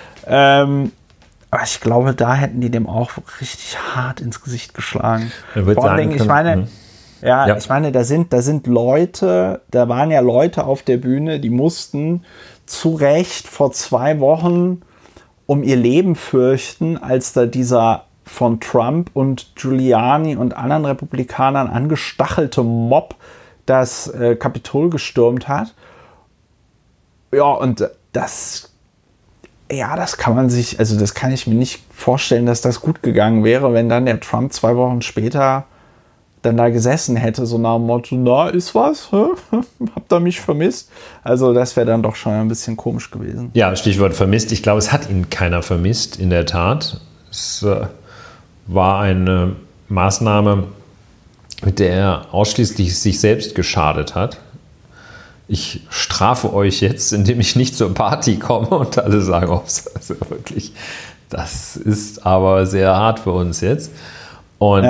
Aber ich glaube, da hätten die dem auch richtig hart ins Gesicht geschlagen. Vor allen Dingen, ich meine, ich meine, da sind Leute, da waren ja Leute auf der Bühne, die mussten zu Recht vor 2 Wochen um ihr Leben fürchten, als da dieser von Trump und Giuliani und anderen Republikanern angestachelte Mob das Kapitol gestürmt hat. Ja, und das Ja, das kann ich mir nicht vorstellen, dass das gut gegangen wäre, wenn dann der Trump 2 Wochen später dann da gesessen hätte, so nach dem Motto, na, ist was? Habt ihr mich vermisst? Also das wäre dann doch schon ein bisschen komisch gewesen. Ja, Stichwort vermisst. Ich glaube, es hat ihn keiner vermisst, in der Tat. Es war eine Maßnahme, mit der er ausschließlich sich selbst geschadet hat. Ich strafe euch jetzt, indem ich nicht zur Party komme und alle sagen, oh, also wirklich, das ist aber sehr hart für uns jetzt. Und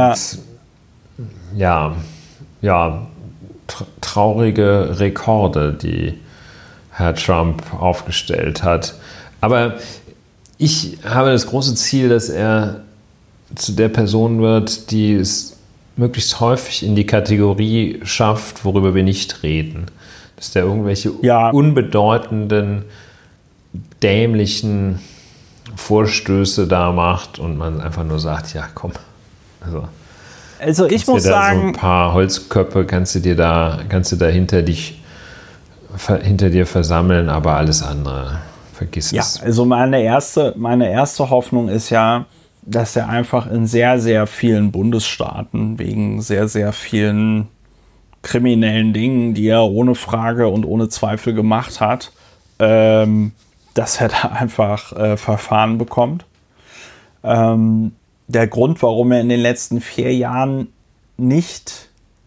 traurige Rekorde, die Herr Trump aufgestellt hat. Aber ich habe das große Ziel, dass er zu der Person wird, die es möglichst häufig in die Kategorie schafft, worüber wir nicht reden. Dass der irgendwelche unbedeutenden, dämlichen Vorstöße da macht und man einfach nur sagt, ja komm, also ich muss sagen, so ein paar Holzköpfe kannst du da hinter dir versammeln, aber alles andere vergiss es. Ja, also meine erste Hoffnung ist ja, dass er einfach in sehr, sehr vielen Bundesstaaten wegen sehr, sehr vielen kriminellen Dingen, die er ohne Frage und ohne Zweifel gemacht hat, dass er da einfach Verfahren bekommt. Der Grund, warum er in den letzten 4 Jahren nicht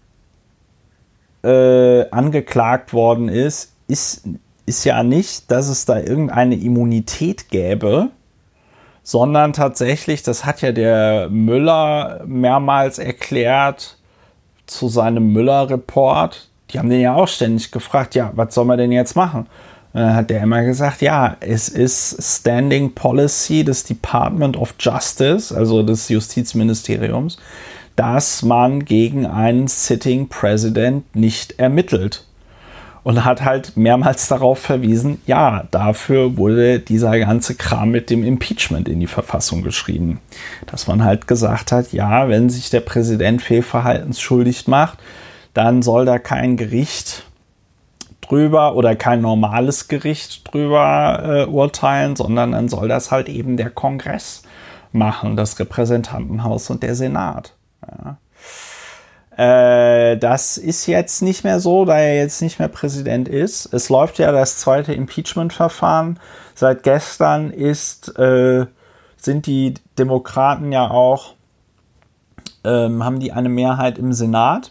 angeklagt worden ist ja nicht, dass es da irgendeine Immunität gäbe, sondern tatsächlich, das hat ja der Müller mehrmals erklärt zu seinem Müller-Report. Die haben den ja auch ständig gefragt, ja, was soll man denn jetzt machen? Und dann hat der immer gesagt, ja, es ist Standing Policy des Department of Justice, also des Justizministeriums, dass man gegen einen Sitting President nicht ermittelt. Und hat halt mehrmals darauf verwiesen, ja, dafür wurde dieser ganze Kram mit dem Impeachment in die Verfassung geschrieben. Dass man halt gesagt hat, ja, wenn sich der Präsident fehlverhaltensschuldig macht, dann soll da kein Gericht drüber oder kein normales Gericht drüber urteilen, sondern dann soll das halt eben der Kongress machen, das Repräsentantenhaus und der Senat. Ja. Das ist jetzt nicht mehr so, da er jetzt nicht mehr Präsident ist. Es läuft ja das 2. Impeachment-Verfahren. Seit gestern sind die Demokraten ja auch, haben die eine Mehrheit im Senat.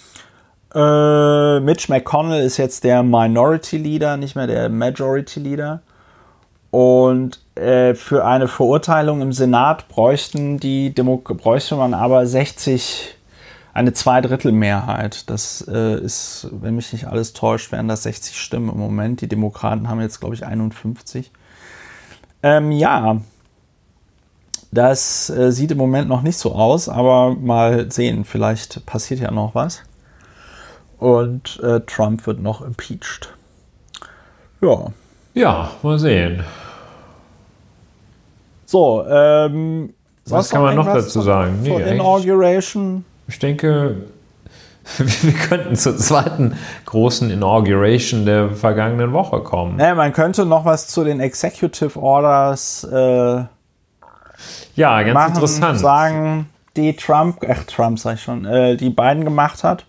Mitch McConnell ist jetzt der Minority Leader, nicht mehr der Majority Leader. Und für eine Verurteilung im Senat bräuchte man aber eine 2/3-Mehrheit. Das ist, wenn mich nicht alles täuscht, wären das 60 Stimmen im Moment. Die Demokraten haben jetzt, glaube ich, 51. Das sieht im Moment noch nicht so aus, aber mal sehen, vielleicht passiert ja noch was. Und Trump wird noch impeached. Ja. Ja, mal sehen. So, was kann man noch dazu sagen? Zur Inauguration. Ich denke, wir könnten zur zweiten großen Inauguration der vergangenen Woche kommen. Ja, man könnte noch was zu den Executive Orders ganz interessant sagen, die die Biden gemacht hat.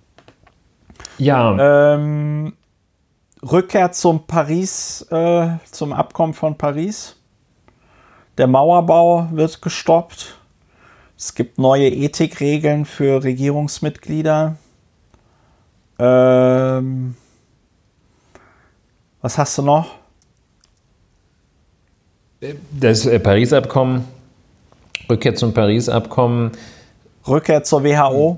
Ja. Rückkehr zum Abkommen von Paris. Der Mauerbau wird gestoppt. Es gibt neue Ethikregeln für Regierungsmitglieder. Was hast du noch? Das Paris-Abkommen, Rückkehr zum Paris-Abkommen. Rückkehr zur WHO.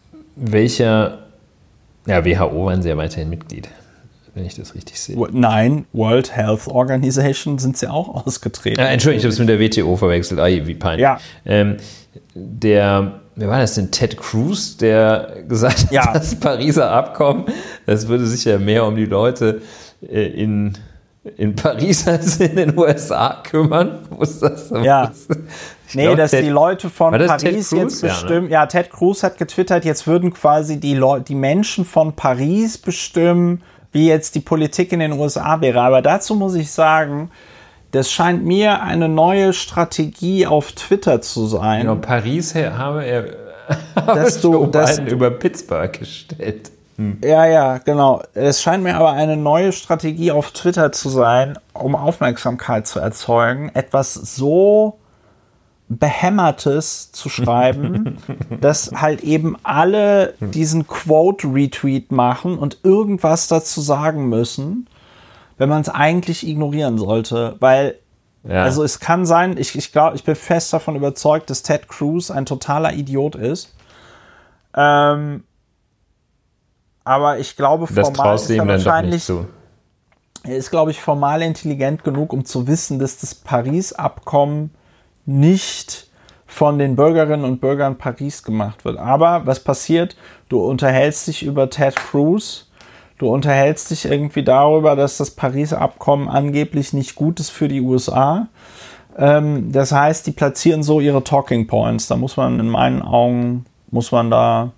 WHO waren sie ja weiterhin Mitglied, wenn ich das richtig sehe. Nein, World Health Organization sind sie auch ausgetreten. Entschuldigung, ich habe es mit der WTO verwechselt. Wie peinlich. Ja. Wer war das denn? Ted Cruz, der gesagt hat, das Pariser Abkommen, das würde sich ja mehr um die Leute in Paris als in den USA kümmern. Wo ist das? Ja. Dass die Leute von Paris jetzt bestimmen. Ja, Ted Cruz hat getwittert, jetzt würden quasi die Menschen von Paris bestimmen, wie jetzt die Politik in den USA wäre. Aber dazu muss ich sagen, Das scheint mir eine neue Strategie auf Twitter zu sein. Genau, Paris habe er dass Joe Biden über Pittsburgh gestellt. Ja, genau. Es scheint mir aber eine neue Strategie auf Twitter zu sein, um Aufmerksamkeit zu erzeugen, etwas so Behämmertes zu schreiben, dass halt eben alle diesen Quote-Retweet machen und irgendwas dazu sagen müssen, wenn man es eigentlich ignorieren sollte. Weil, also es kann sein, ich glaube, ich bin fest davon überzeugt, dass Ted Cruz ein totaler Idiot ist. Aber ich glaube, formal ist er wahrscheinlich, er ist, glaube ich, formal intelligent genug, um zu wissen, dass das Paris-Abkommen nicht von den Bürgerinnen und Bürgern Paris gemacht wird. Aber was passiert? Du unterhältst dich über Ted Cruz, du unterhältst dich irgendwie darüber, dass das Paris-Abkommen angeblich nicht gut ist für die USA. Das heißt, die platzieren so ihre Talking Points. Da muss man in meinen Augen, da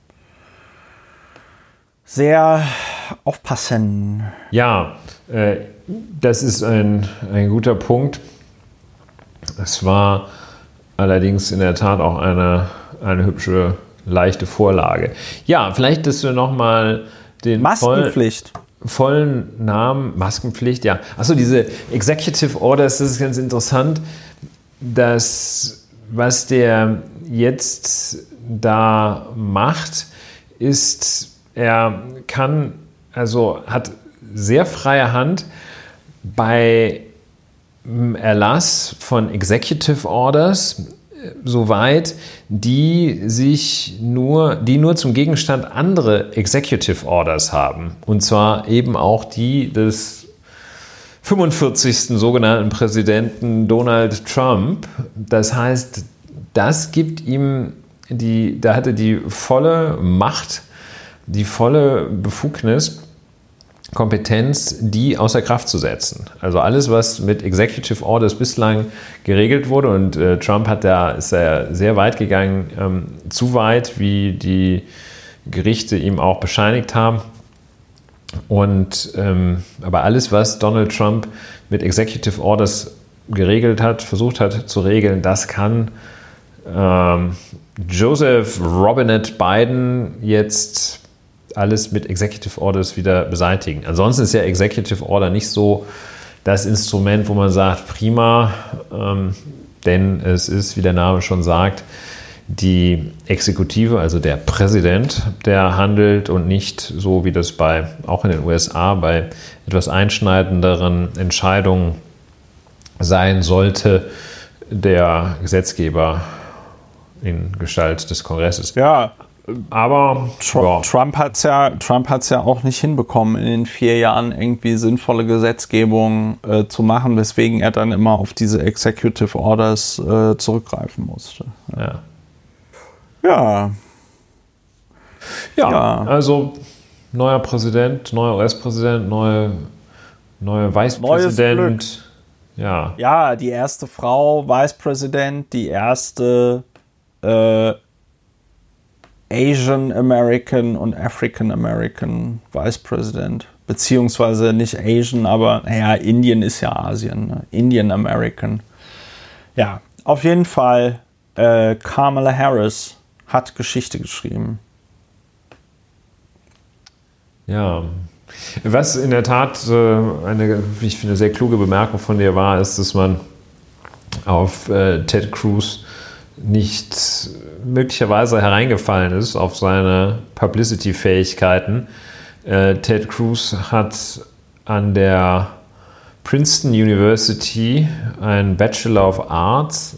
sehr aufpassen. Ja, das ist ein guter Punkt. Es war allerdings in der Tat auch eine hübsche, leichte Vorlage. Ja, vielleicht, dass wir nochmal den vollen Namen, Maskenpflicht, ja. Achso, diese Executive Orders, das ist ganz interessant, dass was der jetzt da macht, ist, er hat sehr freie Hand bei Erlass von Executive Orders, soweit die nur zum Gegenstand andere Executive Orders haben. Und zwar eben auch die des 45. sogenannten Präsidenten Donald Trump. Das heißt, das gibt ihm da hat er die volle Macht, die volle Befugnis, Kompetenz, die außer Kraft zu setzen. Also alles, was mit Executive Orders bislang geregelt wurde, und Trump ist da sehr weit gegangen, zu weit, wie die Gerichte ihm auch bescheinigt haben. Und aber alles, was Donald Trump mit Executive Orders versucht hat zu regeln, das kann Joseph Robinette Biden jetzt alles mit Executive Orders wieder beseitigen. Ansonsten ist ja Executive Order nicht so das Instrument, wo man sagt, prima, denn es ist, wie der Name schon sagt, die Exekutive, also der Präsident, der handelt und nicht so, wie das auch in den USA bei etwas einschneidenderen Entscheidungen sein sollte, der Gesetzgeber in Gestalt des Kongresses. Ja, aber Trump hat's ja auch nicht hinbekommen, in den 4 Jahren irgendwie sinnvolle Gesetzgebung zu machen, weswegen er dann immer auf diese Executive Orders zurückgreifen musste. Ja, also neuer Präsident, neuer US-Präsident, neuer Vicepräsident. Ja, die erste Frau Vicepräsident, die erste Asian American und African American Vice President, beziehungsweise nicht Asian, aber Indien ist ja Asien, ne? Indian American. Ja, auf jeden Fall Kamala Harris hat Geschichte geschrieben. Ja, was in der Tat ich finde, sehr kluge Bemerkung von dir war, ist, dass man auf Ted Cruz nicht möglicherweise hereingefallen ist auf seine Publicity-Fähigkeiten. Ted Cruz hat an der Princeton University einen Bachelor of Arts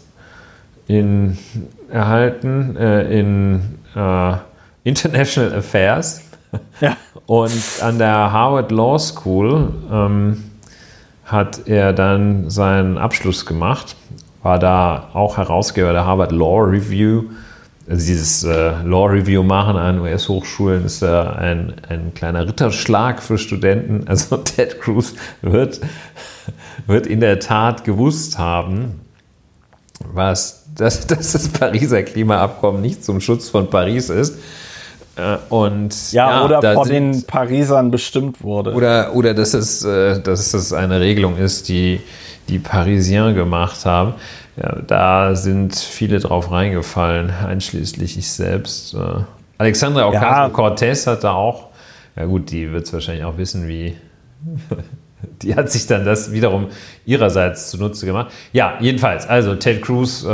erhalten in International Affairs. Ja. Und an der Harvard Law School hat er dann seinen Abschluss gemacht, war da auch Herausgeber der Harvard Law Review. Also dieses Law Review machen an US-Hochschulen ist ein kleiner Ritterschlag für Studenten. Also Ted Cruz wird in der Tat gewusst haben, dass das Pariser Klimaabkommen nicht zum Schutz von Paris ist. Oder von den Parisern bestimmt wurde. Oder dass es eine Regelung ist, die die Parisien gemacht haben. Ja, da sind viele drauf reingefallen, einschließlich ich selbst. Alexandra Ocasio-Cortez hat da auch, ja gut, die wird es wahrscheinlich auch wissen, wie, die hat sich dann das wiederum ihrerseits zunutze gemacht. Ja, jedenfalls, also Ted Cruz,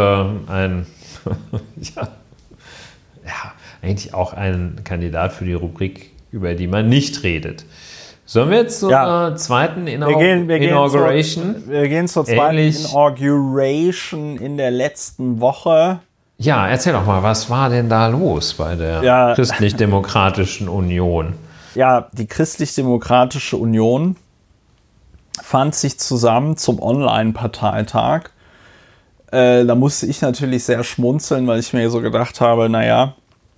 eigentlich auch ein Kandidat für die Rubrik, über die man nicht redet. Sollen wir jetzt zur zweiten Inauguration? Wir gehen zur zweiten Inauguration in der letzten Woche. Ja, erzähl doch mal, was war denn da los bei der Christlich-Demokratischen Union? Ja, die Christlich-Demokratische Union fand sich zusammen zum Online-Parteitag. Da musste ich natürlich sehr schmunzeln, weil ich mir so gedacht habe, naja,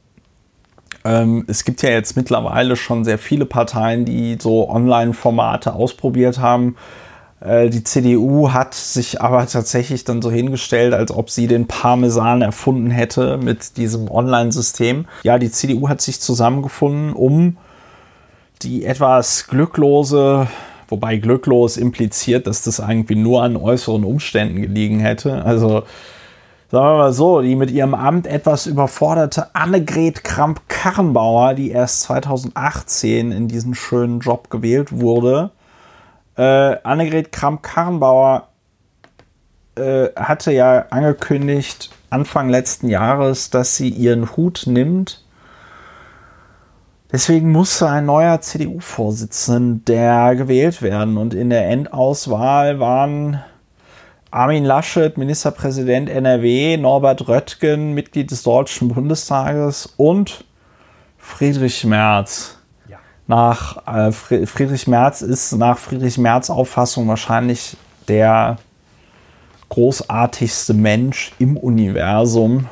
es gibt ja jetzt mittlerweile schon sehr viele Parteien, die so Online-Formate ausprobiert haben. Die CDU hat sich aber tatsächlich dann so hingestellt, als ob sie den Parmesan erfunden hätte mit diesem Online-System. Ja, die CDU hat sich zusammengefunden, um die etwas glücklose, wobei glücklos impliziert, dass das irgendwie nur an äußeren Umständen gelegen hätte. Also sagen wir mal so, die mit ihrem Amt etwas überforderte Annegret Kramp-Karrenbauer, die erst 2018 in diesen schönen Job gewählt wurde. Annegret Kramp-Karrenbauer hatte ja angekündigt, Anfang letzten Jahres, dass sie ihren Hut nimmt. Deswegen musste ein neuer CDU-Vorsitzender gewählt werden. Und in der Endauswahl waren Armin Laschet, Ministerpräsident NRW, Norbert Röttgen, Mitglied des Deutschen Bundestages und Friedrich Merz. Ja. Friedrich Merz ist nach Friedrich Merz Auffassung wahrscheinlich der großartigste Mensch im Universum.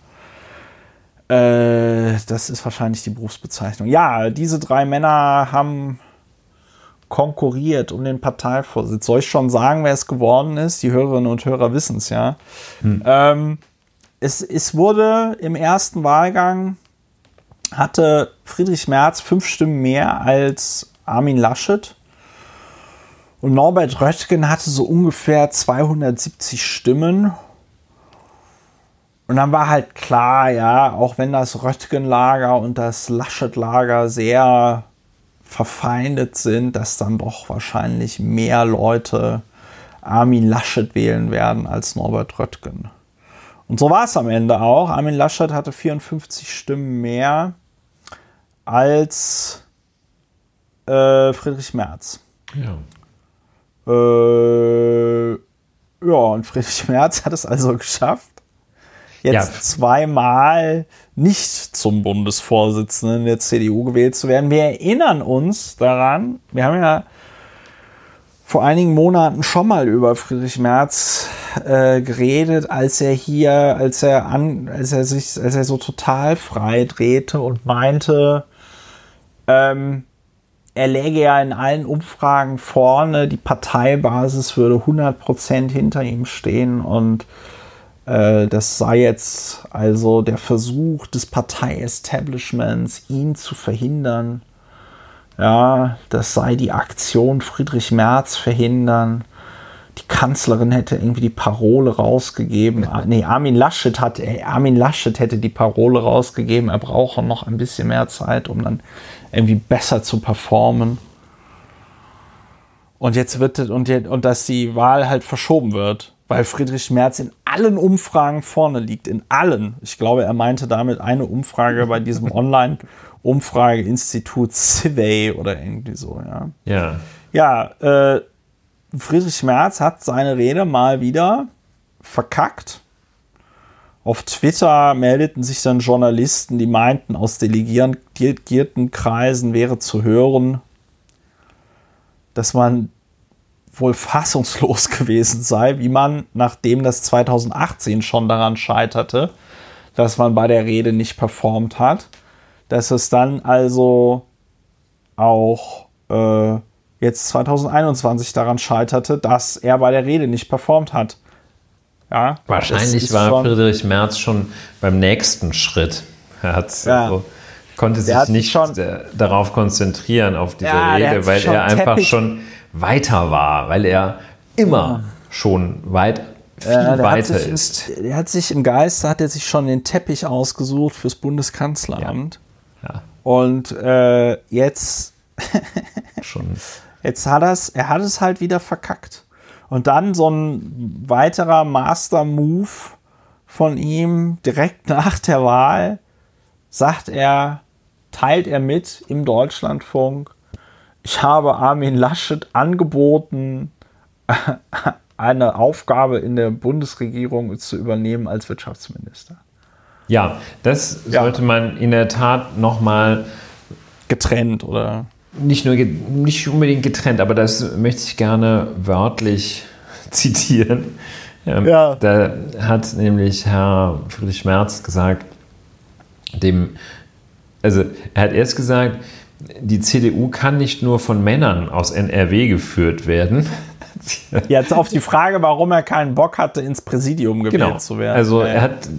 Das ist wahrscheinlich die Berufsbezeichnung. Ja, diese drei Männer haben konkurriert um den Parteivorsitz. Soll ich schon sagen, wer es geworden ist? Die Hörerinnen und Hörer wissen es ja. Es wurde im ersten Wahlgang, hatte Friedrich Merz 5 Stimmen mehr als Armin Laschet. Und Norbert Röttgen hatte so ungefähr 270 Stimmen. Und dann war halt klar, ja, auch wenn das Röttgen-Lager und das Laschet-Lager sehr verfeindet sind, dass dann doch wahrscheinlich mehr Leute Armin Laschet wählen werden als Norbert Röttgen. Und so war es am Ende auch. Armin Laschet hatte 54 Stimmen mehr als Friedrich Merz. Ja. Und Friedrich Merz hat es also geschafft, jetzt zweimal nicht zum Bundesvorsitzenden der CDU gewählt zu werden. Wir erinnern uns daran, wir haben ja vor einigen Monaten schon mal über Friedrich Merz geredet, als er so total frei drehte und meinte, er läge ja in allen Umfragen vorne, die Parteibasis würde 100% hinter ihm stehen und das sei jetzt also der Versuch des Partei-Establishments, ihn zu verhindern. Ja, das sei die Aktion Friedrich Merz verhindern. Die Kanzlerin hätte irgendwie die Parole rausgegeben. Armin Laschet hätte die Parole rausgegeben, er brauche noch ein bisschen mehr Zeit, um dann irgendwie besser zu performen. Und jetzt dass die Wahl halt verschoben wird, weil Friedrich Merz in allen Umfragen vorne liegt, in allen. Ich glaube, er meinte damit eine Umfrage bei diesem Online-Umfrageinstitut Civey oder irgendwie so, ja. Ja, Friedrich Merz hat seine Rede mal wieder verkackt. Auf Twitter meldeten sich dann Journalisten, die meinten, aus delegierten Kreisen wäre zu hören, dass man wohl fassungslos gewesen sei, wie man, nachdem das 2018 schon daran scheiterte, dass man bei der Rede nicht performt hat, dass es dann also auch jetzt 2021 daran scheiterte, dass er bei der Rede nicht performt hat. Ja, wahrscheinlich war Friedrich Merz schon beim nächsten Schritt. Konnte sich nicht darauf konzentrieren, auf diese Rede, weil er einfach schon weiter war, weil er immer schon viel weiter ist. Er hat sich im Geiste, hat er sich schon den Teppich ausgesucht fürs Bundeskanzleramt. Ja. Und jetzt hat er es halt wieder verkackt. Und dann so ein weiterer Master-Move von ihm direkt nach der Wahl, teilt er mit im Deutschlandfunk: Ich habe Armin Laschet angeboten, eine Aufgabe in der Bundesregierung zu übernehmen als Wirtschaftsminister. Ja, das sollte man in der Tat nochmal getrennt, oder? Nicht unbedingt getrennt, aber das möchte ich gerne wörtlich zitieren. Da hat nämlich Herr Friedrich Merz gesagt, er hat erst gesagt, die CDU kann nicht nur von Männern aus NRW geführt werden. Jetzt auf die Frage, warum er keinen Bock hatte, ins Präsidium gewählt zu werden. Also er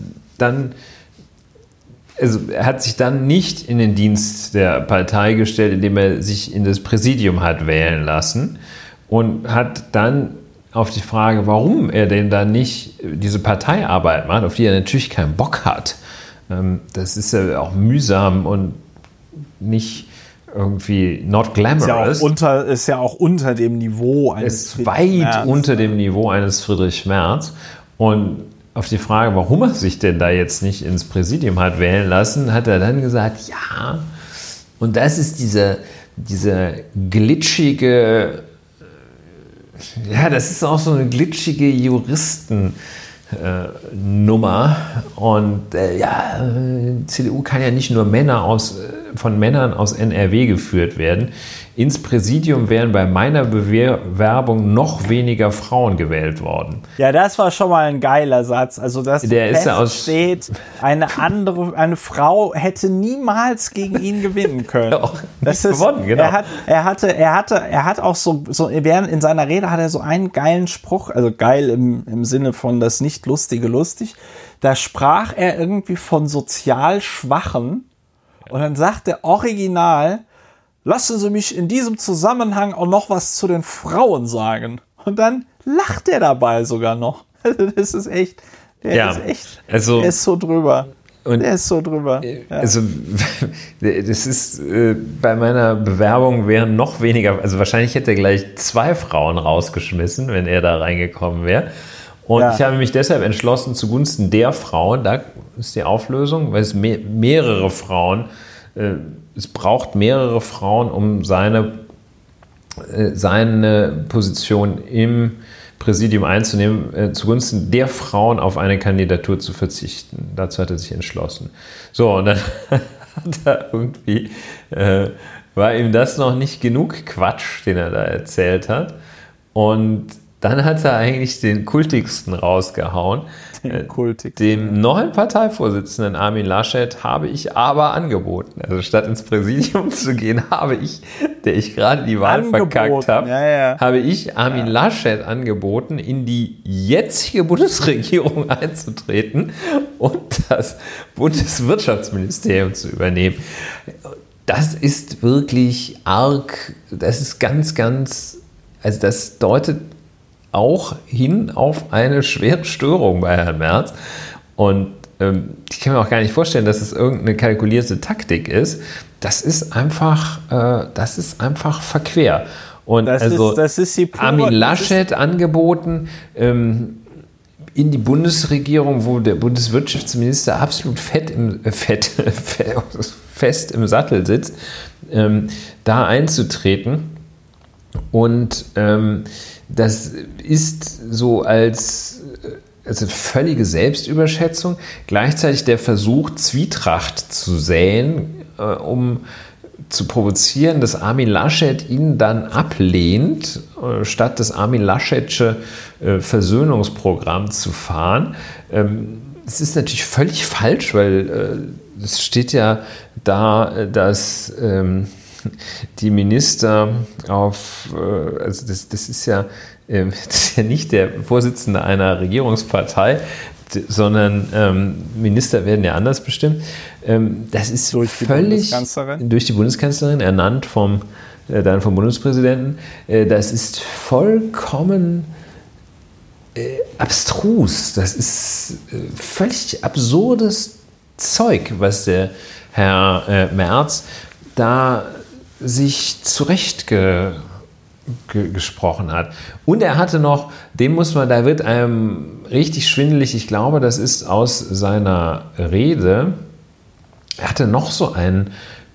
hat sich dann nicht in den Dienst der Partei gestellt, indem er sich in das Präsidium hat wählen lassen, und hat dann auf die Frage, warum er denn dann nicht diese Parteiarbeit macht, auf die er natürlich keinen Bock hat. Das ist ja auch mühsam und nicht irgendwie not glamorous. Ist ja auch unter dem Niveau eines Friedrich Merz. Ist weit unter dem Niveau eines Friedrich Merz. Und auf die Frage, warum er sich denn da jetzt nicht ins Präsidium hat wählen lassen, hat er dann gesagt, ja, und das ist diese glitschige, das ist auch so eine glitschige Juristennummer. Und CDU kann ja nicht nur von Männern aus NRW geführt werden. Ins Präsidium wären bei meiner Bewerbung noch weniger Frauen gewählt worden. Ja, das war schon mal ein geiler Satz. Also, dass steht, eine Frau hätte niemals gegen ihn gewinnen können. Gewonnen, genau. Er hat auch so während in seiner Rede hat er so einen geilen Spruch, also geil im Sinne von das Nicht-Lustige lustig. Da sprach er irgendwie von sozial Schwachen. Und dann sagt er original: Lassen Sie mich in diesem Zusammenhang auch noch was zu den Frauen sagen. Und dann lacht er dabei sogar noch. Also das ist echt, der ist so drüber. Der ist so drüber. Also das ist bei meiner Bewerbung wären noch weniger, also wahrscheinlich hätte er gleich 2 Frauen rausgeschmissen, wenn er da reingekommen wäre. Und ich habe mich deshalb entschlossen, zugunsten der Frauen, da ist die Auflösung, weil es es braucht mehrere Frauen, um seine Position im Präsidium einzunehmen, zugunsten der Frauen auf eine Kandidatur zu verzichten. Dazu hat er sich entschlossen. So, und dann war ihm das noch nicht genug Quatsch, den er da erzählt hat. Und dann hat er eigentlich den kultigsten rausgehauen. Dem neuen Parteivorsitzenden Armin Laschet habe ich aber angeboten. Also statt ins Präsidium zu gehen, der ich gerade die Wahl verkackt habe, habe ich Armin Laschet angeboten, in die jetzige Bundesregierung einzutreten und das Bundeswirtschaftsministerium zu übernehmen. Das ist wirklich arg, das ist ganz, ganz, also das deutet auch hin auf eine schwere Störung bei Herrn Merz. Und ich kann mir auch gar nicht vorstellen, dass es irgendeine kalkulierte Taktik ist. Das ist einfach verquer. Und das ist die Armin Laschet angeboten in die Bundesregierung, wo der Bundeswirtschaftsminister absolut fest im Sattel sitzt, da einzutreten. Und das ist so als völlige Selbstüberschätzung, gleichzeitig der Versuch, Zwietracht zu säen, um zu provozieren, dass Armin Laschet ihn dann ablehnt, statt das Armin Laschetsche Versöhnungsprogramm zu fahren. Es ist natürlich völlig falsch, weil es steht ja da, dass die Minister das ist ja nicht der Vorsitzende einer Regierungspartei, sondern Minister werden ja anders bestimmt. Das ist durch die Bundeskanzlerin, ernannt vom Bundespräsidenten. Das ist vollkommen abstrus. Das ist völlig absurdes Zeug, was der Herr Merz da sich zurechtgesprochen hat. Und er hatte noch, da wird einem richtig schwindelig, ich glaube, das ist aus seiner Rede, er hatte noch so einen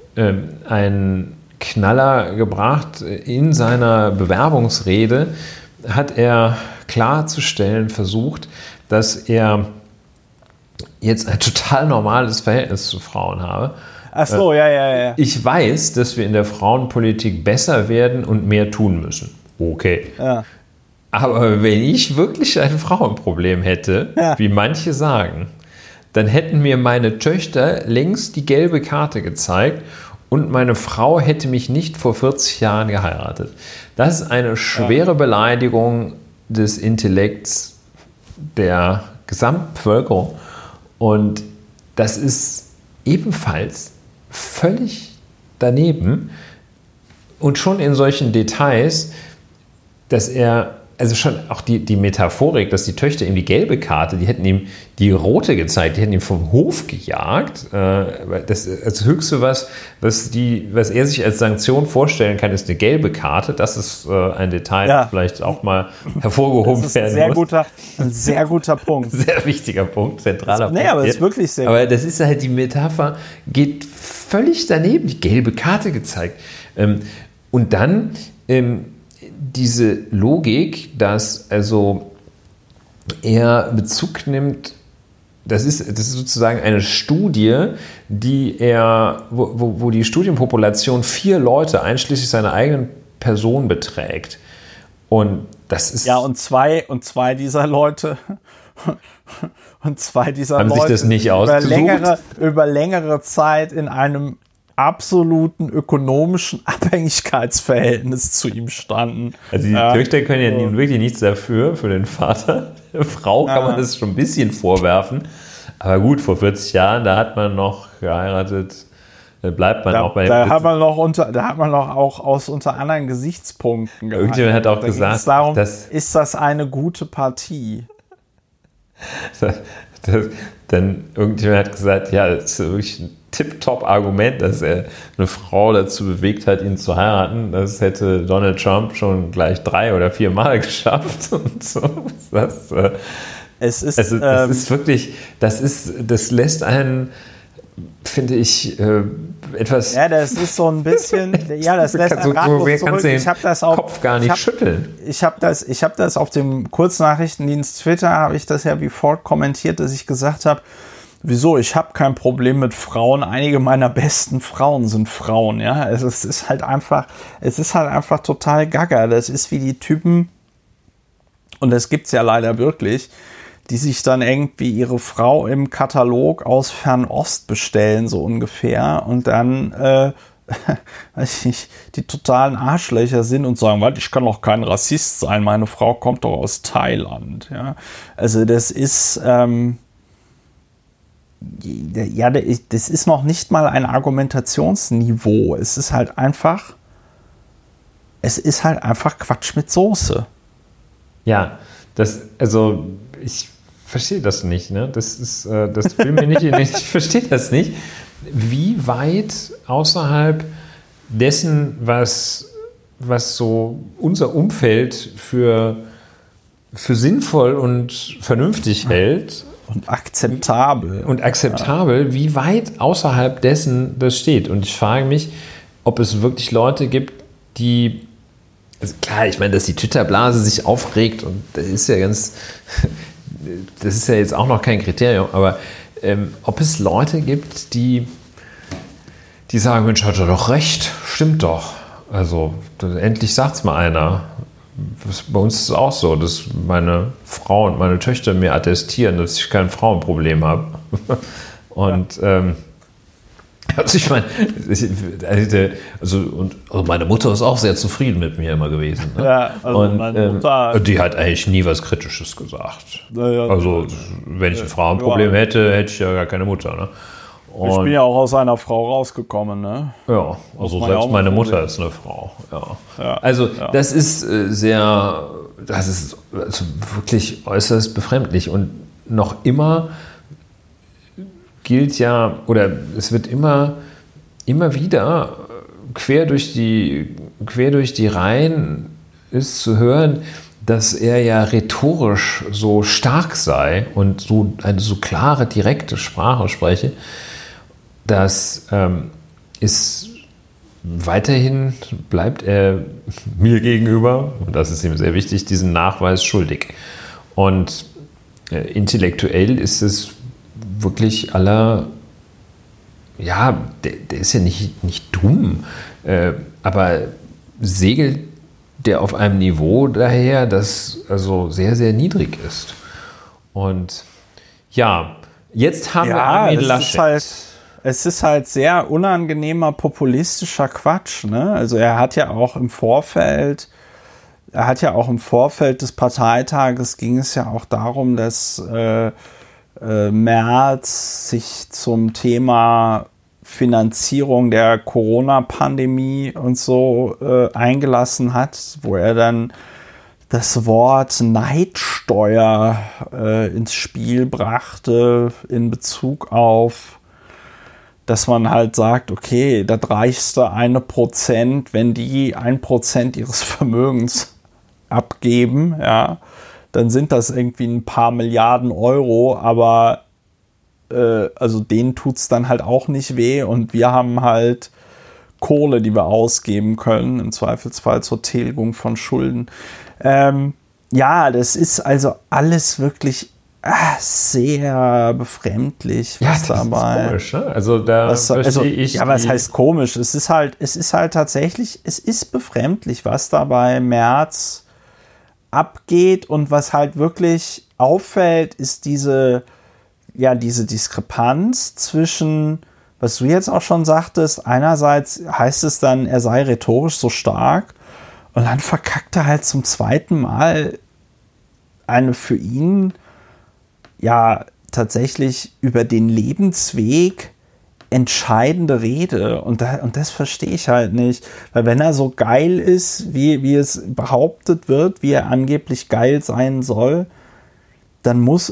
Knaller gebracht. In seiner Bewerbungsrede hat er klarzustellen versucht, dass er jetzt ein total normales Verhältnis zu Frauen habe. Ach so, ja. Ich weiß, dass wir in der Frauenpolitik besser werden und mehr tun müssen. Okay. Ja. Aber wenn ich wirklich ein Frauenproblem hätte, wie manche sagen, dann hätten mir meine Töchter längst die gelbe Karte gezeigt und meine Frau hätte mich nicht vor 40 Jahren geheiratet. Das ist eine schwere Beleidigung des Intellekts der Gesamtbevölkerung. Und das ist ebenfalls völlig daneben. Und schon in solchen Details, dass er, also schon auch die Metaphorik, dass die Töchter ihm die gelbe Karte, die hätten ihm die rote gezeigt, die hätten ihn vom Hof gejagt. Das Höchste, was er sich als Sanktion vorstellen kann, ist eine gelbe Karte. Das ist ein Detail, das vielleicht auch mal hervorgehoben werden muss. Ein sehr guter Punkt. Sehr wichtiger Punkt, zentraler Punkt. Nee, aber das ist wirklich sehr gut. Aber das ist halt, die Metapher geht völlig daneben, die gelbe Karte gezeigt. Und dann diese Logik, dass also er Bezug nimmt, das ist sozusagen eine Studie, wo die Studienpopulation 4 Leute einschließlich seiner eigenen Person beträgt. Und das ist... Ja, und zwei dieser Leute... haben sich das nicht ausgesucht? Über längere Zeit in einem absoluten ökonomischen Abhängigkeitsverhältnis zu ihm standen. Also die Töchter können ja nun wirklich nichts dafür, für den Vater. Der Frau kann man das schon ein bisschen vorwerfen. Aber gut, vor 40 Jahren, da hat man noch geheiratet, da bleibt man auch bei... Da hat man noch auch aus unter anderen Gesichtspunkten geheiratet. Irgendjemand hat auch gesagt, darum, ist das eine gute Partie? Dann irgendjemand hat gesagt, ja, das ist wirklich ein Tip-Top-Argument, dass er eine Frau dazu bewegt hat, ihn zu heiraten. Das hätte Donald Trump schon gleich 3 oder 4 Mal geschafft. Und so. Das ist wirklich, das lässt einen, finde ich, etwas... Ja, das ist so ein bisschen... Ja, das lässt einen ratlos zurück. Ich habe das auf Kopf gar nicht schütteln. Ich habe das auf dem Kurznachrichtendienst Twitter, habe ich das ja wie folgt kommentiert, dass ich gesagt habe, wieso, ich habe kein Problem mit Frauen, einige meiner besten Frauen sind Frauen, ja. Also es ist halt einfach total gaga. Das ist wie die Typen, und das gibt's ja leider wirklich, die sich dann irgendwie ihre Frau im Katalog aus Fernost bestellen, so ungefähr, und dann, weiß ich nicht, die totalen Arschlöcher sind und sagen, was, ich kann doch kein Rassist sein, meine Frau kommt doch aus Thailand, ja. Also das ist, das ist noch nicht mal ein Argumentationsniveau. Es ist halt einfach Quatsch mit Soße. Ja, ich verstehe das nicht, ne? Das will mir nicht, ich verstehe das nicht. Wie weit außerhalb dessen, was so unser Umfeld für sinnvoll und vernünftig hält, und akzeptabel. Wie weit außerhalb dessen das steht. Und ich frage mich, ob es wirklich Leute gibt, die... Also klar, ich meine, dass die Twitter-Blase sich aufregt und das ist ja jetzt auch noch kein Kriterium, aber ob es Leute gibt, die sagen, Mensch, hat er doch recht, stimmt doch. Also endlich sagt es mal einer. Bei uns ist es auch so, dass meine Frau und meine Töchter mir attestieren, dass ich kein Frauenproblem habe. Und also ich meine, meine Mutter ist auch sehr zufrieden mit mir immer gewesen. Ne? Ja, also und meine Mutter, die hat eigentlich nie was Kritisches gesagt. Ja, also wenn ich ein Frauenproblem hätte ich ja gar keine Mutter. Ne? Ich bin ja auch aus einer Frau rausgekommen, ne? Ja, also selbst meine Mutter ist eine Frau. Ja. Also das ist das ist also wirklich äußerst befremdlich. Und noch immer gilt ja, oder es wird immer wieder quer durch die Reihen ist zu hören, dass er ja rhetorisch so stark sei und so eine so klare, direkte Sprache spreche. Das ist weiterhin, bleibt er mir gegenüber, und das ist ihm sehr wichtig, diesen Nachweis schuldig. Und intellektuell ist es wirklich der ist ja nicht dumm, aber segelt der auf einem Niveau daher, das also sehr, sehr niedrig ist. Und ja, jetzt haben wir Armin Laschet. Es ist halt sehr unangenehmer populistischer Quatsch, ne? Also er hat ja auch im Vorfeld des Parteitages ging es ja auch darum, dass Merz sich zum Thema Finanzierung der Corona-Pandemie und so eingelassen hat, wo er dann das Wort Neidsteuer ins Spiel brachte in Bezug auf, dass man halt sagt, okay, das reichste 1%, wenn die 1% ihres Vermögens abgeben, ja, dann sind das irgendwie ein paar Milliarden Euro, aber also denen tut es dann halt auch nicht weh und wir haben halt Kohle, die wir ausgeben können, im Zweifelsfall zur Tilgung von Schulden. Das ist also alles wirklich sehr befremdlich, was dabei. Ist komisch, ne? Also da verstehe ich. Ja, was heißt komisch? Es ist halt tatsächlich, es ist befremdlich, was da bei Merz abgeht, und was halt wirklich auffällt, ist diese Diskrepanz zwischen, was du jetzt auch schon sagtest, einerseits heißt es dann, er sei rhetorisch so stark, und dann verkackt er halt zum zweiten Mal eine für ihn ja tatsächlich über den Lebensweg entscheidende Rede, und das verstehe ich halt nicht, weil wenn er so geil ist, wie es behauptet wird, wie er angeblich geil sein soll, dann muss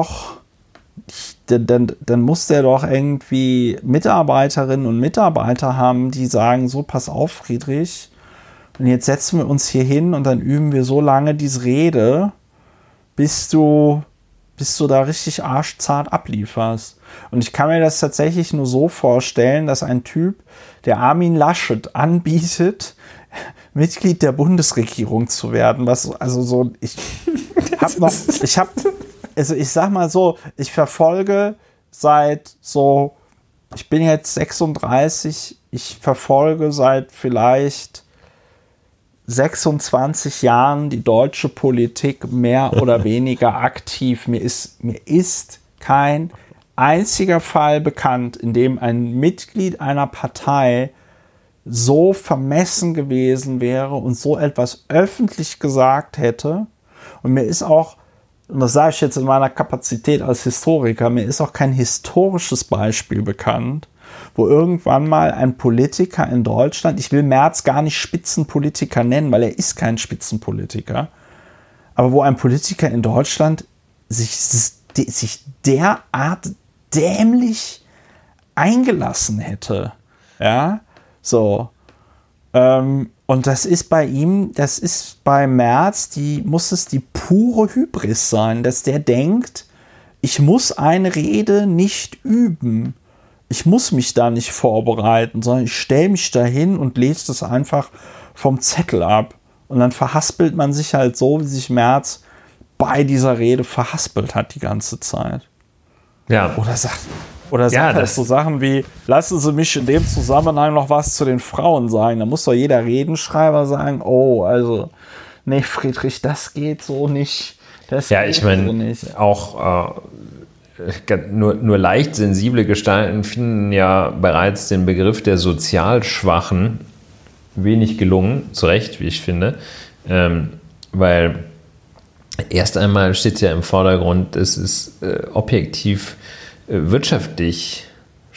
der doch irgendwie Mitarbeiterinnen und Mitarbeiter haben, die sagen, so, pass auf, Friedrich, und jetzt setzen wir uns hier hin und dann üben wir so lange diese Rede, bis du da richtig arschzart ablieferst. Und ich kann mir das tatsächlich nur so vorstellen, dass ein Typ, der Armin Laschet anbietet, Mitglied der Bundesregierung zu werden, ich sag mal so, ich verfolge ich bin jetzt 36, ich verfolge seit vielleicht 26 Jahren die deutsche Politik mehr oder weniger aktiv. Mir ist kein einziger Fall bekannt, in dem ein Mitglied einer Partei so vermessen gewesen wäre und so etwas öffentlich gesagt hätte. Und mir ist auch, und das sage ich jetzt in meiner Kapazität als Historiker, mir ist auch kein historisches Beispiel bekannt, wo irgendwann mal ein Politiker in Deutschland, ich will Merz gar nicht Spitzenpolitiker nennen, weil er ist kein Spitzenpolitiker, aber wo ein Politiker in Deutschland sich derart dämlich eingelassen hätte. Ja, so. Und das ist bei Merz, muss es die pure Hybris sein, dass der denkt, ich muss eine Rede nicht üben. Ich muss mich da nicht vorbereiten, sondern ich stelle mich da hin und lese das einfach vom Zettel ab. Und dann verhaspelt man sich halt so, wie sich Merz bei dieser Rede verhaspelt hat die ganze Zeit. Ja. Oder sagt halt so Sachen wie, lassen Sie mich in dem Zusammenhang noch was zu den Frauen sagen. Da muss doch jeder Redenschreiber sagen, nee, Friedrich, das geht so nicht. Ich meine, auch nur leicht sensible Gestalten finden ja bereits den Begriff der Sozialschwachen wenig gelungen, zu Recht, wie ich finde, weil erst einmal steht ja im Vordergrund, es ist objektiv wirtschaftlich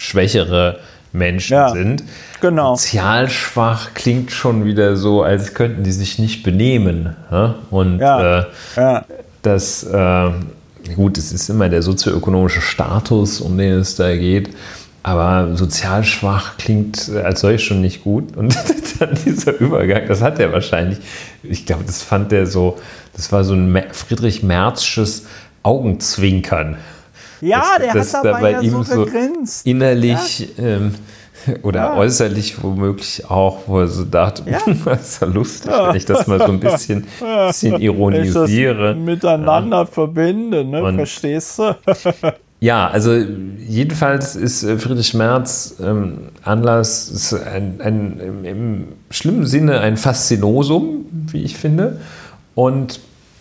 schwächere Menschen sind. Genau. Sozial schwach klingt schon wieder so, als könnten die sich nicht benehmen. Ja? Und das, gut, es ist immer der sozioökonomische Status, um den es da geht, aber sozial schwach klingt als solch schon nicht gut. Und dann dieser Übergang, das hat er wahrscheinlich, ich glaube, das fand er so, das war so ein Friedrich Merzsches Augenzwinkern. Ja, der hat dabei ja so gegrinst. Innerlich oder äußerlich womöglich auch, wo er so dachte, das ist ja lustig, wenn ich das mal so ein bisschen ironisiere. Ich das miteinander verbinde, ne? Verstehst du? Ja, also jedenfalls ist Friedrich Merz Anlass, ist im schlimmen Sinne ein Faszinosum, wie ich finde, und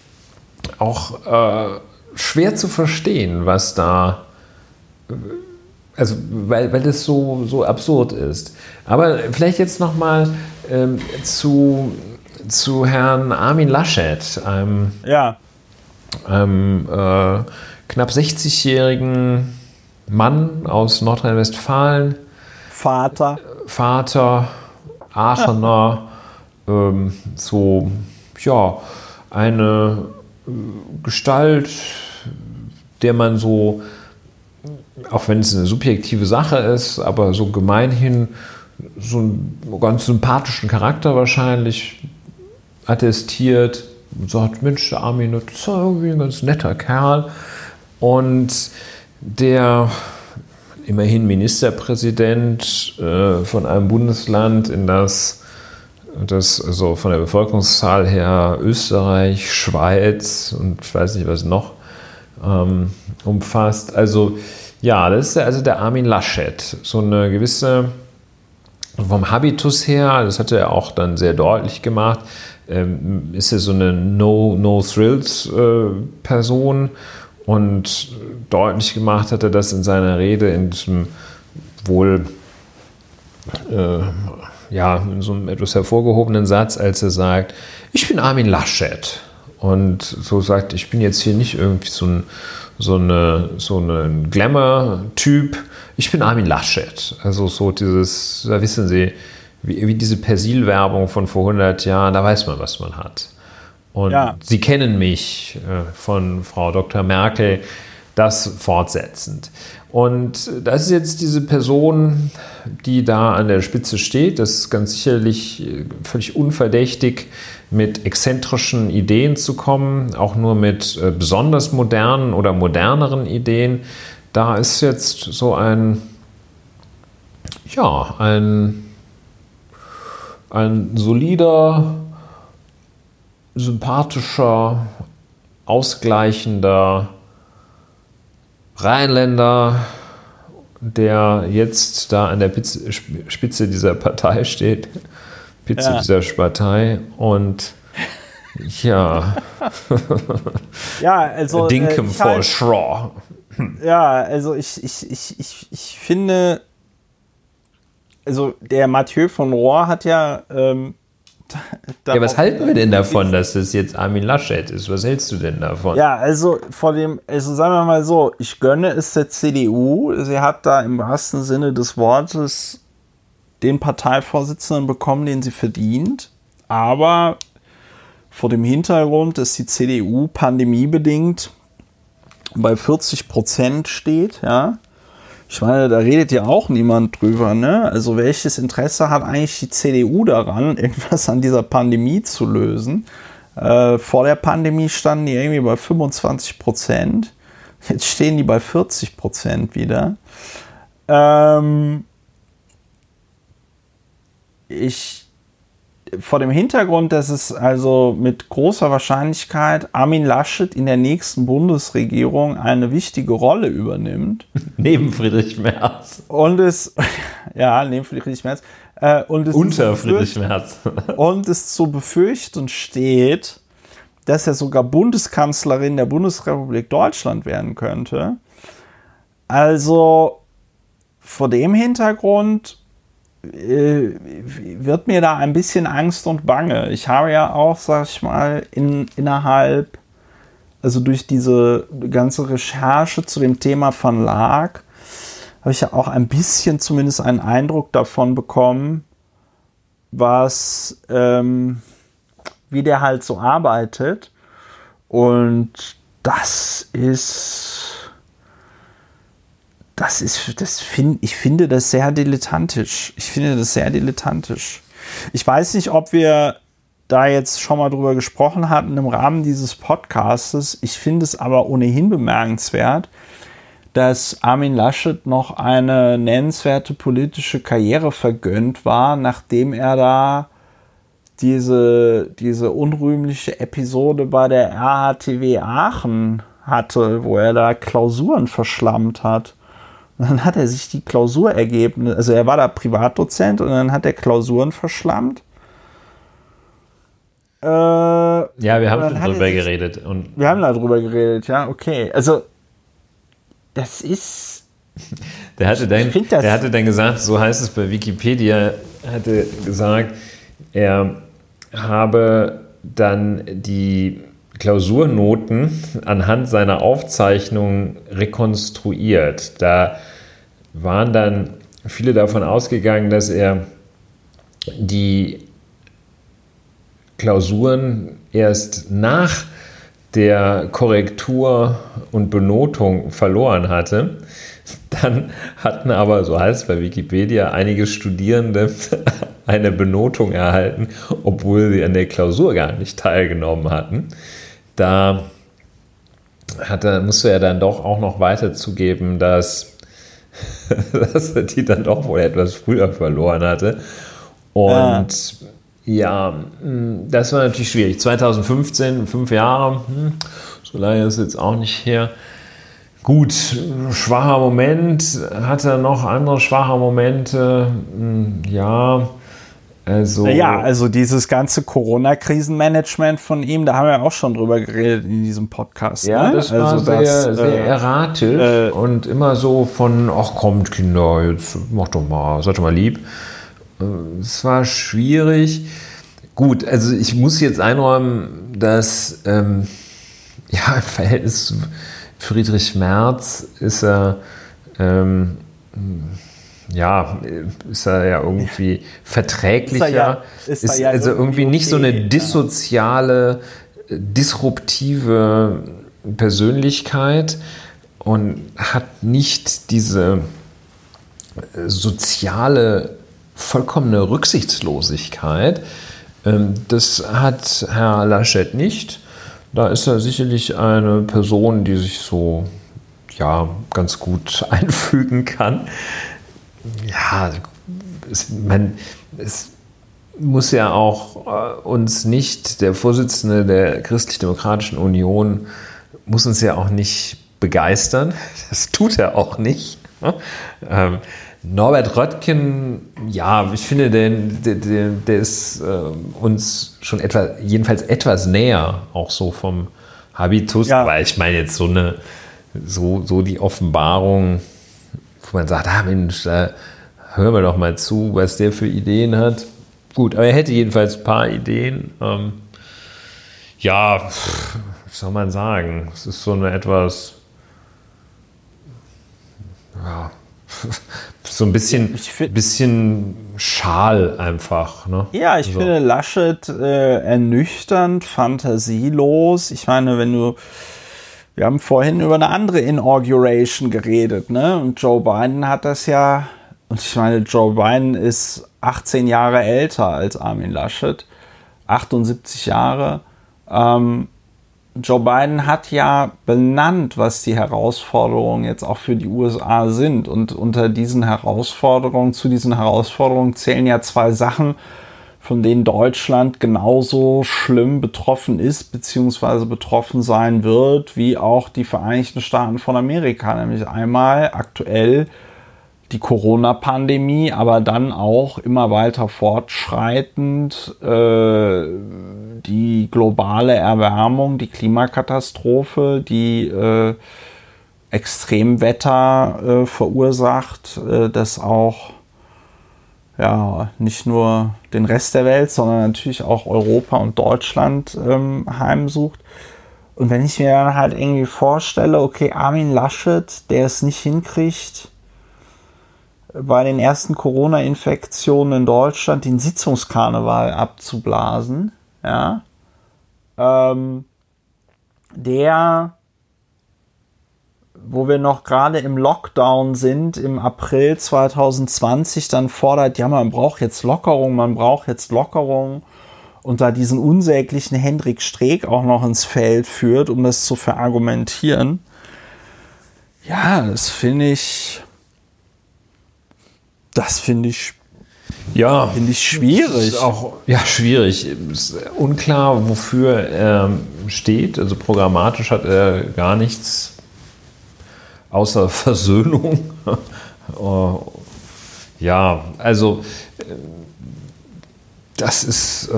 auch schwer zu verstehen, was da, also weil das so absurd ist. Aber vielleicht jetzt nochmal zu Herrn Armin Laschet, einem knapp 60-jährigen Mann aus Nordrhein-Westfalen. Vater, Aachener, eine Gestalt, der man so, auch wenn es eine subjektive Sache ist, aber so gemeinhin so einen ganz sympathischen Charakter wahrscheinlich attestiert und sagt, Mensch, der Armin, das ist irgendwie ein ganz netter Kerl. Und der immerhin Ministerpräsident von einem Bundesland, in das also von der Bevölkerungszahl her Österreich, Schweiz und ich weiß nicht was noch umfasst. Also ja, das ist also der Armin Laschet. So eine gewisse, vom Habitus her, das hat er auch dann sehr deutlich gemacht, ist er so eine No-Thrills-Person. Und deutlich gemacht hat er das in seiner Rede in diesem wohl in so einem etwas hervorgehobenen Satz, als er sagt, ich bin Armin Laschet. Und so sagt, ich bin jetzt hier nicht irgendwie so ein Glamour-Typ, ich bin Armin Laschet. Also so dieses, da wissen Sie, wie diese Persil-Werbung von vor 100 Jahren, da weiß man, was man hat. Und Sie kennen mich von Frau Dr. Merkel, das fortsetzend. Und das ist jetzt diese Person, die da an der Spitze steht. Das ist ganz sicherlich völlig unverdächtig, mit exzentrischen Ideen zu kommen, auch nur mit besonders modernen oder moderneren Ideen. Da ist jetzt so ein solider, sympathischer, ausgleichender Rheinländer, der jetzt da an der Spitze dieser Partei steht. Dieser Partei. Und also Dinkem for sure. Ja, also ich finde, also der Mathieu von Rohr hat ja was halten wir denn davon, dass das jetzt Armin Laschet ist? Was hältst du denn davon? Ja, also sagen wir mal so, ich gönne es der CDU. Sie hat da im wahrsten Sinne des Wortes den Parteivorsitzenden bekommen, den sie verdient. Aber vor dem Hintergrund, dass die CDU pandemiebedingt bei 40% steht, ja. Ich meine, da redet ja auch niemand drüber, ne? Also welches Interesse hat eigentlich die CDU daran, irgendwas an dieser Pandemie zu lösen? Vor der Pandemie standen die irgendwie bei 25%. Jetzt stehen die bei 40% wieder. Vor dem Hintergrund, dass es also mit großer Wahrscheinlichkeit Armin Laschet in der nächsten Bundesregierung eine wichtige Rolle übernimmt. Neben Friedrich Merz. Neben Friedrich Merz. Unter Friedrich Merz. Und es zu befürchten steht, dass er sogar Bundeskanzlerin der Bundesrepublik Deutschland werden könnte. Also vor dem Hintergrund wird mir da ein bisschen Angst und Bange. Ich habe ja auch, sag ich mal, durch diese ganze Recherche zu dem Thema Verlag, habe ich ja auch ein bisschen zumindest einen Eindruck davon bekommen, wie der halt so arbeitet. Und ich finde das sehr dilettantisch. Ich weiß nicht, ob wir da jetzt schon mal drüber gesprochen hatten im Rahmen dieses Podcastes. Ich finde es aber ohnehin bemerkenswert, dass Armin Laschet noch eine nennenswerte politische Karriere vergönnt war, nachdem er da diese unrühmliche Episode bei der RHTW Aachen hatte, wo er da Klausuren verschlammt hat. Und dann hat er sich die Klausurergebnisse, also er war da Privatdozent und dann hat er Klausuren verschlammt. Ja, wir haben schon drüber geredet. Wir haben darüber geredet, ja, okay. Also, das ist... Der hatte dann gesagt, so heißt es bei Wikipedia, hatte gesagt, er habe dann die Klausurnoten anhand seiner Aufzeichnungen rekonstruiert. Da waren dann viele davon ausgegangen, dass er die Klausuren erst nach der Korrektur und Benotung verloren hatte. Dann hatten aber, so heißt es bei Wikipedia, einige Studierende eine Benotung erhalten, obwohl sie an der Klausur gar nicht teilgenommen hatten. Da musste er dann doch auch noch weiter zugeben, dass er die dann doch wohl etwas früher verloren hatte. Und ja, das war natürlich schwierig. 2015, 5 Jahre, so lange ist es jetzt auch nicht her. Gut, schwacher Moment, hat er noch andere schwache Momente? Ja, also... Naja, also dieses ganze Corona-Krisenmanagement von ihm, da haben wir auch schon drüber geredet in diesem Podcast. Ja, ne? das war sehr erratisch und immer so von, ach kommt Kinder, jetzt mach doch mal, seid doch mal lieb. Es war schwierig. Gut, also ich muss jetzt einräumen, dass im Verhältnis zu Friedrich Merz ist er ja irgendwie verträglicher. Ist also irgendwie nicht so eine dissoziale, disruptive Persönlichkeit und hat nicht diese soziale, vollkommene Rücksichtslosigkeit. Das hat Herr Laschet nicht. Da ist er sicherlich eine Person, die sich so ganz gut einfügen kann. Ja, es muss ja auch uns nicht, der Vorsitzende der Christlich-Demokratischen Union, muss uns ja auch nicht begeistern. Das tut er auch nicht. Norbert Röttgen, ja, ich finde, der ist uns schon jedenfalls etwas näher, auch so vom Habitus, weil ich meine jetzt so die Offenbarung, wo man sagt, Mensch, da hören wir doch mal zu, was der für Ideen hat. Gut, aber er hätte jedenfalls ein paar Ideen. Was soll man sagen? Es ist so eine etwas, so ein bisschen schal einfach. Ne? Ja, ich finde Laschet ernüchternd, fantasielos. Ich meine, wir haben vorhin über eine andere Inauguration geredet, ne? Und Joe Biden hat das ja, und ich meine, Joe Biden ist 18 Jahre älter als Armin Laschet, 78 Jahre. Joe Biden hat ja benannt, was die Herausforderungen jetzt auch für die USA sind. Und zu diesen Herausforderungen zählen ja 2 Sachen, von denen Deutschland genauso schlimm betroffen ist, beziehungsweise betroffen sein wird, wie auch die Vereinigten Staaten von Amerika. Nämlich einmal aktuell die Corona-Pandemie, aber dann auch immer weiter fortschreitend die globale Erwärmung, die Klimakatastrophe, die Extremwetter verursacht, das auch nicht nur den Rest der Welt, sondern natürlich auch Europa und Deutschland heimsucht. Und wenn ich mir dann halt irgendwie vorstelle, okay, Armin Laschet, der es nicht hinkriegt, bei den ersten Corona-Infektionen in Deutschland den Sitzungskarneval abzublasen. Ja. Wo wir noch gerade im Lockdown sind, im April 2020, dann fordert, ja, man braucht jetzt Lockerung. Und da diesen unsäglichen Hendrik Streeck auch noch ins Feld führt, um das zu verargumentieren. Ja, das finde ich schwierig. Ist auch, ja, schwierig. Ist unklar, wofür er steht. Also programmatisch hat er gar nichts außer Versöhnung. Ja, also das ist,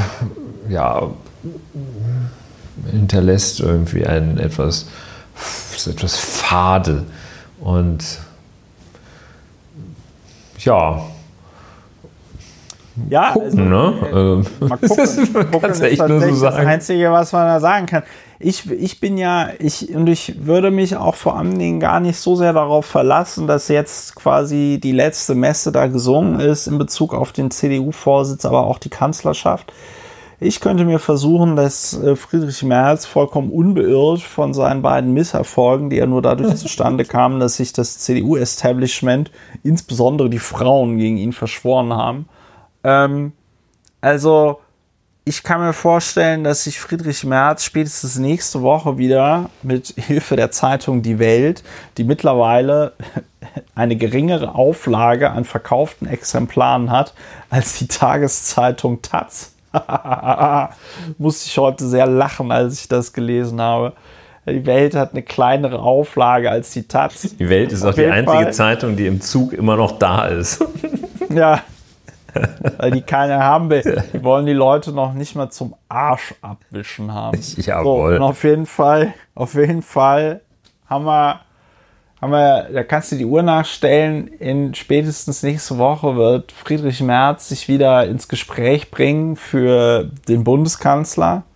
hinterlässt irgendwie etwas fade und gucken, mal gucken kannst ist echt nur so sagen. Das Einzige, was man da sagen kann. Ich würde mich auch vor allen Dingen gar nicht so sehr darauf verlassen, dass jetzt quasi die letzte Messe da gesungen ist in Bezug auf den CDU-Vorsitz, aber auch die Kanzlerschaft. Ich könnte mir versuchen, dass Friedrich Merz vollkommen unbeirrt von seinen beiden Misserfolgen, die ja nur dadurch zustande kamen, dass sich das CDU-Establishment, insbesondere die Frauen, gegen ihn verschworen haben. Also ich kann mir vorstellen, dass sich Friedrich Merz spätestens nächste Woche wieder mit Hilfe der Zeitung Die Welt, die mittlerweile eine geringere Auflage an verkauften Exemplaren hat als die Tageszeitung Taz. Musste ich heute sehr lachen, als ich das gelesen habe. Die Welt hat eine kleinere Auflage als die Taz. Die Welt ist auch die einzige Zeitung, die im Zug immer noch da ist. Ja, weil die keiner haben will. Die wollen die Leute noch nicht mal zum Arsch abwischen haben. Jawohl. So, und auf jeden Fall haben wir, da kannst du die Uhr nachstellen, in spätestens nächste Woche wird Friedrich Merz sich wieder ins Gespräch bringen für den Bundeskanzler.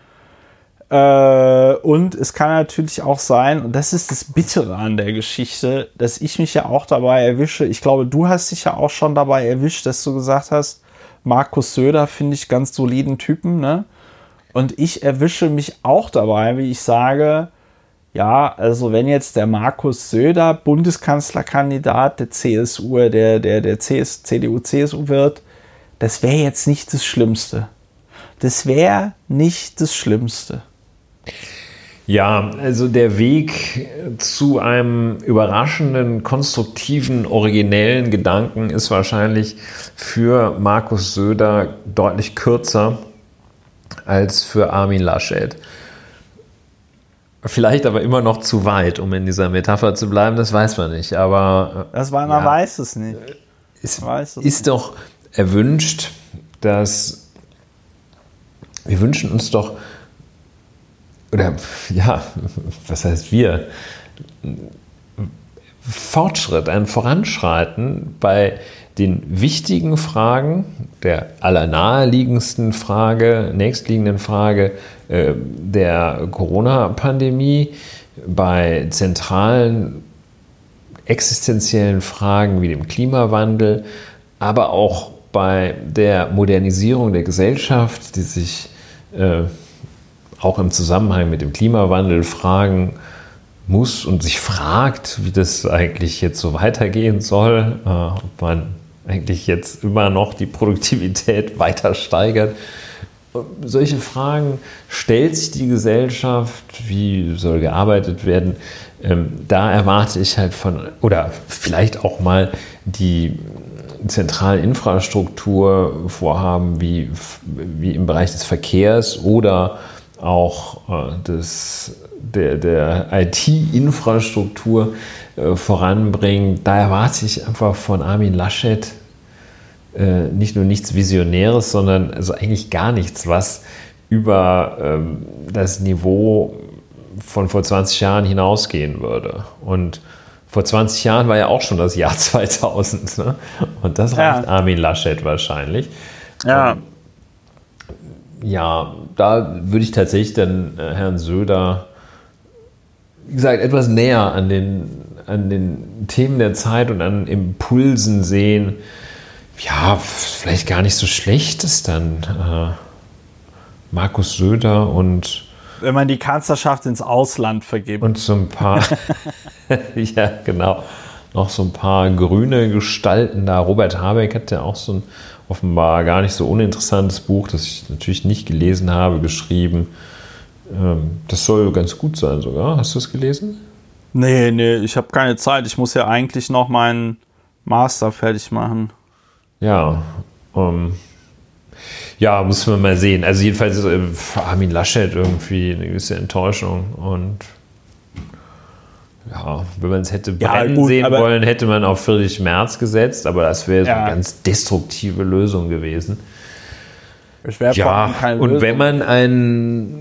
Und es kann natürlich auch sein, und das ist das Bittere an der Geschichte, dass ich mich ja auch dabei erwische. Ich glaube, du hast dich ja auch schon dabei erwischt, dass du gesagt hast, Markus Söder finde ich ganz soliden Typen, ne? Und ich erwische mich auch dabei, wie ich sage, ja, also wenn jetzt der Markus Söder Bundeskanzlerkandidat der CSU, der CDU-CSU wird, das wäre jetzt nicht das Schlimmste. Das wäre nicht das Schlimmste. Ja, also der Weg zu einem überraschenden, konstruktiven, originellen Gedanken ist wahrscheinlich für Markus Söder deutlich kürzer als für Armin Laschet. Vielleicht aber immer noch zu weit, um in dieser Metapher zu bleiben, das weiß man nicht. Aber man weiß es nicht. Es ist doch erwünscht, dass wir wünschen uns doch, oder ja, was heißt wir? Fortschritt, ein Voranschreiten bei den wichtigen Fragen, der allernaheliegendsten Frage, nächstliegenden Frage der Corona-Pandemie, bei zentralen existenziellen Fragen wie dem Klimawandel, aber auch bei der Modernisierung der Gesellschaft, die sich auch im Zusammenhang mit dem Klimawandel fragen muss und sich fragt, wie das eigentlich jetzt so weitergehen soll, ob man eigentlich jetzt immer noch die Produktivität weiter steigert. Solche Fragen stellt sich die Gesellschaft, wie soll gearbeitet werden, da erwarte ich halt oder vielleicht auch mal die zentralen Infrastrukturvorhaben wie im Bereich des Verkehrs oder auch der IT-Infrastruktur voranbringen. Da erwarte ich einfach von Armin Laschet nicht nur nichts Visionäres, sondern also eigentlich gar nichts, was über das Niveau von vor 20 Jahren hinausgehen würde. Und vor 20 Jahren war ja auch schon das Jahr 2000. Ne? Und das reicht Armin Laschet wahrscheinlich. Ja. Ja, da würde ich tatsächlich dann Herrn Söder, wie gesagt, etwas näher an den an den Themen der Zeit und an Impulsen sehen, ja, vielleicht gar nicht so schlecht ist dann Markus Söder und wenn man die Kanzlerschaft ins Ausland vergibt. Und so ein paar, ja genau, noch so ein paar grüne Gestalten da. Robert Habeck hat ja auch so ein offenbar gar nicht so uninteressantes Buch, das ich natürlich nicht gelesen habe, geschrieben. Das soll ganz gut sein sogar. Hast du es gelesen? Nee, ich habe keine Zeit. Ich muss ja eigentlich noch meinen Master fertig machen. Ja, ja, muss man mal sehen. Also jedenfalls ist für Armin Laschet irgendwie eine gewisse Enttäuschung. Und ja, wenn man es hätte brennen sehen wollen, hätte man auf Friedrich Merz gesetzt. Aber das wäre so eine ganz destruktive Lösung gewesen. Ja, und Lösung. Wenn man einen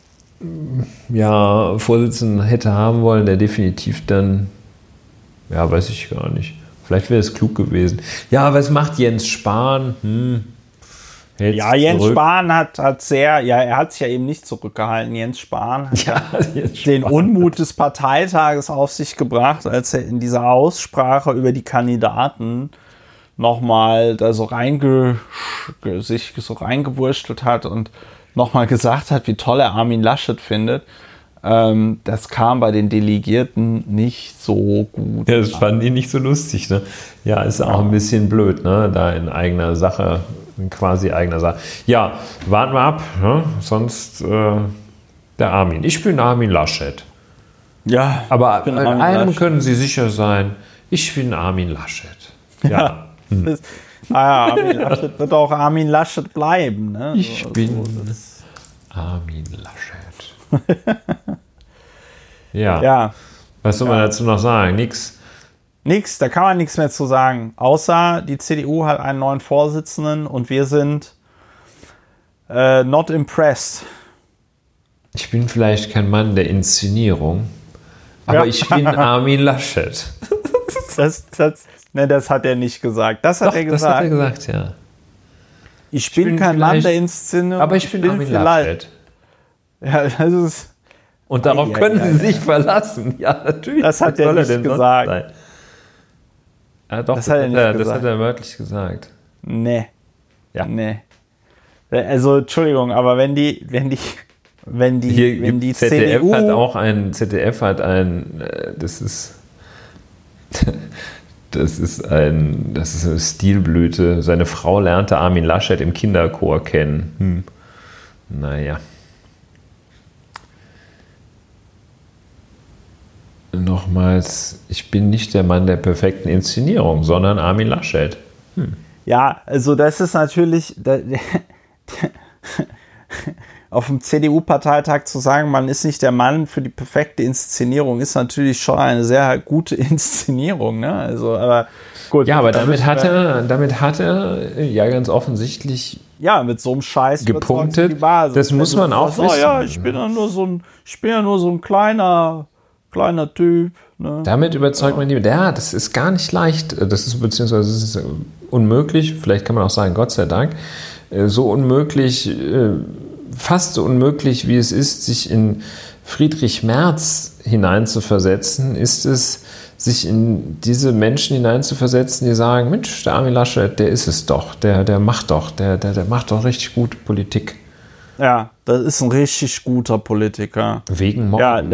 Vorsitzenden hätte haben wollen, der definitiv dann, weiß ich gar nicht. Vielleicht wäre es klug gewesen. Ja, was macht Jens Spahn? Jens Spahn hat er hat sich ja eben nicht zurückgehalten. Jens Spahn hat den Unmut des Parteitages auf sich gebracht, als er in dieser Aussprache über die Kandidaten nochmal da sich so reingewurschtelt hat und nochmal gesagt hat, wie toll er Armin Laschet findet. Das kam bei den Delegierten nicht so gut. Ja, das fanden die nicht so lustig. Ne? Ja, ist auch ein bisschen blöd, ne? Da in eigener Sache, in quasi eigener Sache. Ja, warten wir ab, ne? Sonst der Armin. Ich bin Armin Laschet. Ja, aber an einem können Sie sicher sein, ich bin Armin Laschet. Ja. Armin Laschet wird auch Armin Laschet bleiben. Ne? Ich bin Armin Laschet. Ja. Was soll man dazu noch sagen? Nix, da kann man nichts mehr zu sagen. Außer die CDU hat einen neuen Vorsitzenden und wir sind not impressed. Ich bin vielleicht kein Mann der Inszenierung, aber ich bin Armin Laschet. Das hat er nicht gesagt. Das hat er gesagt. Das hat er gesagt, ja. Ich bin kein Mann der Inszenierung. Aber ich bin Armin Laschet. Ja, das ist. Und darauf können Sie sich verlassen. Ja, natürlich. Das hat er nicht gesagt. Ja, doch, das hat er wörtlich gesagt. Nee. Ja. Nee. Also, Entschuldigung, aber wenn die ZDF CDU hat auch das ist eine Stilblüte. Seine Frau lernte Armin Laschet im Kinderchor kennen. Naja. Nochmals, ich bin nicht der Mann der perfekten Inszenierung, sondern Armin Laschet. Ja, also das ist natürlich auf dem CDU-Parteitag zu sagen, man ist nicht der Mann für die perfekte Inszenierung, ist natürlich schon eine sehr gute Inszenierung, ne? Also, aber gut. Ja, aber damit hat er ja ganz offensichtlich mit so einem Scheiß gepunktet. Das muss man auch wissen. Ja, ich bin ja nur so ein kleiner Typ. Ne? Damit überzeugt man die. Ja, das ist gar nicht leicht. Beziehungsweise es ist unmöglich. Vielleicht kann man auch sagen, Gott sei Dank. So unmöglich, fast so unmöglich, wie es ist, sich in Friedrich Merz hineinzuversetzen, ist es, sich in diese Menschen hineinzuversetzen, die sagen, Mensch, der Armin Laschet, der ist es doch. Der macht doch richtig gute Politik. Ja, das ist ein richtig guter Politiker. Wegen morgen?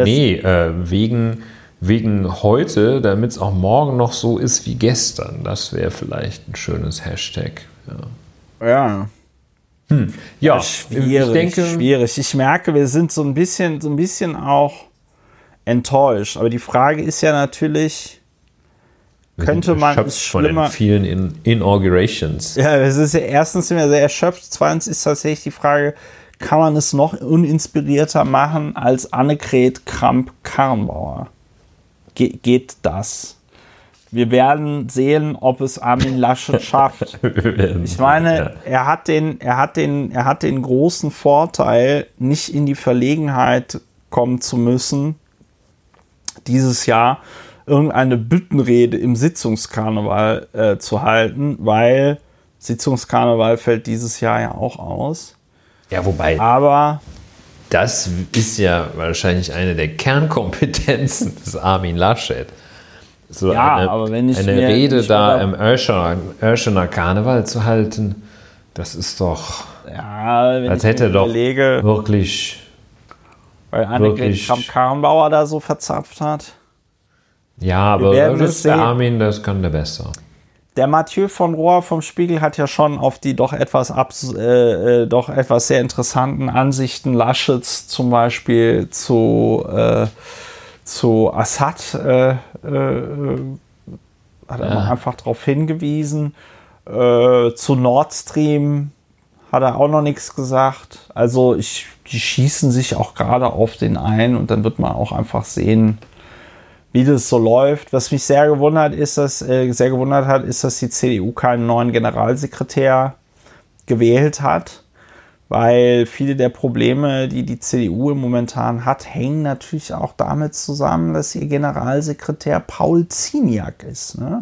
Wegen heute, damit es auch morgen noch so ist wie gestern. Das wäre vielleicht ein schönes Hashtag. Ja. Ja, schwierig. Ich merke, wir sind so ein bisschen auch enttäuscht. Aber die Frage ist ja natürlich, könnte man es schlimmer... Von den vielen Inaugurations. Ja, erstens sind wir sehr erschöpft. Zweitens ist tatsächlich die Frage, kann man es noch uninspirierter machen als Annegret Kramp-Karrenbauer? Geht das? Wir werden sehen, ob es Armin Laschet schafft. Ich meine, er hat den großen Vorteil, nicht in die Verlegenheit kommen zu müssen, dieses Jahr irgendeine Büttenrede im Sitzungskarneval zu halten, weil Sitzungskarneval fällt dieses Jahr ja auch aus. Ja, wobei. Aber das ist ja wahrscheinlich eine der Kernkompetenzen des Armin Laschet. so aber wenn ich eine mir Rede nicht da im Oeschener Karneval zu halten, das ist doch, wenn als ich hätte mir doch überlege, wirklich, weil Annegret wirklich- Kramp-Karrenbauer da so verzapft hat. ja, aber werden das es ist der sehen. Armin, das kann der besser. Der Mathieu von Rohr vom Spiegel hat ja schon auf die doch etwas sehr interessanten Ansichten Laschets zum Beispiel zu Assad hat er mal einfach darauf hingewiesen. Zu Nord Stream hat er auch noch nichts gesagt. Also die schießen sich auch gerade auf den ein und dann wird man auch einfach sehen, wie das so läuft. Was mich sehr gewundert hat, ist, dass die CDU keinen neuen Generalsekretär gewählt hat, weil viele der Probleme, die die CDU im Momentan hat, hängen natürlich auch damit zusammen, dass ihr Generalsekretär Paul Ziemiak ist. Ne?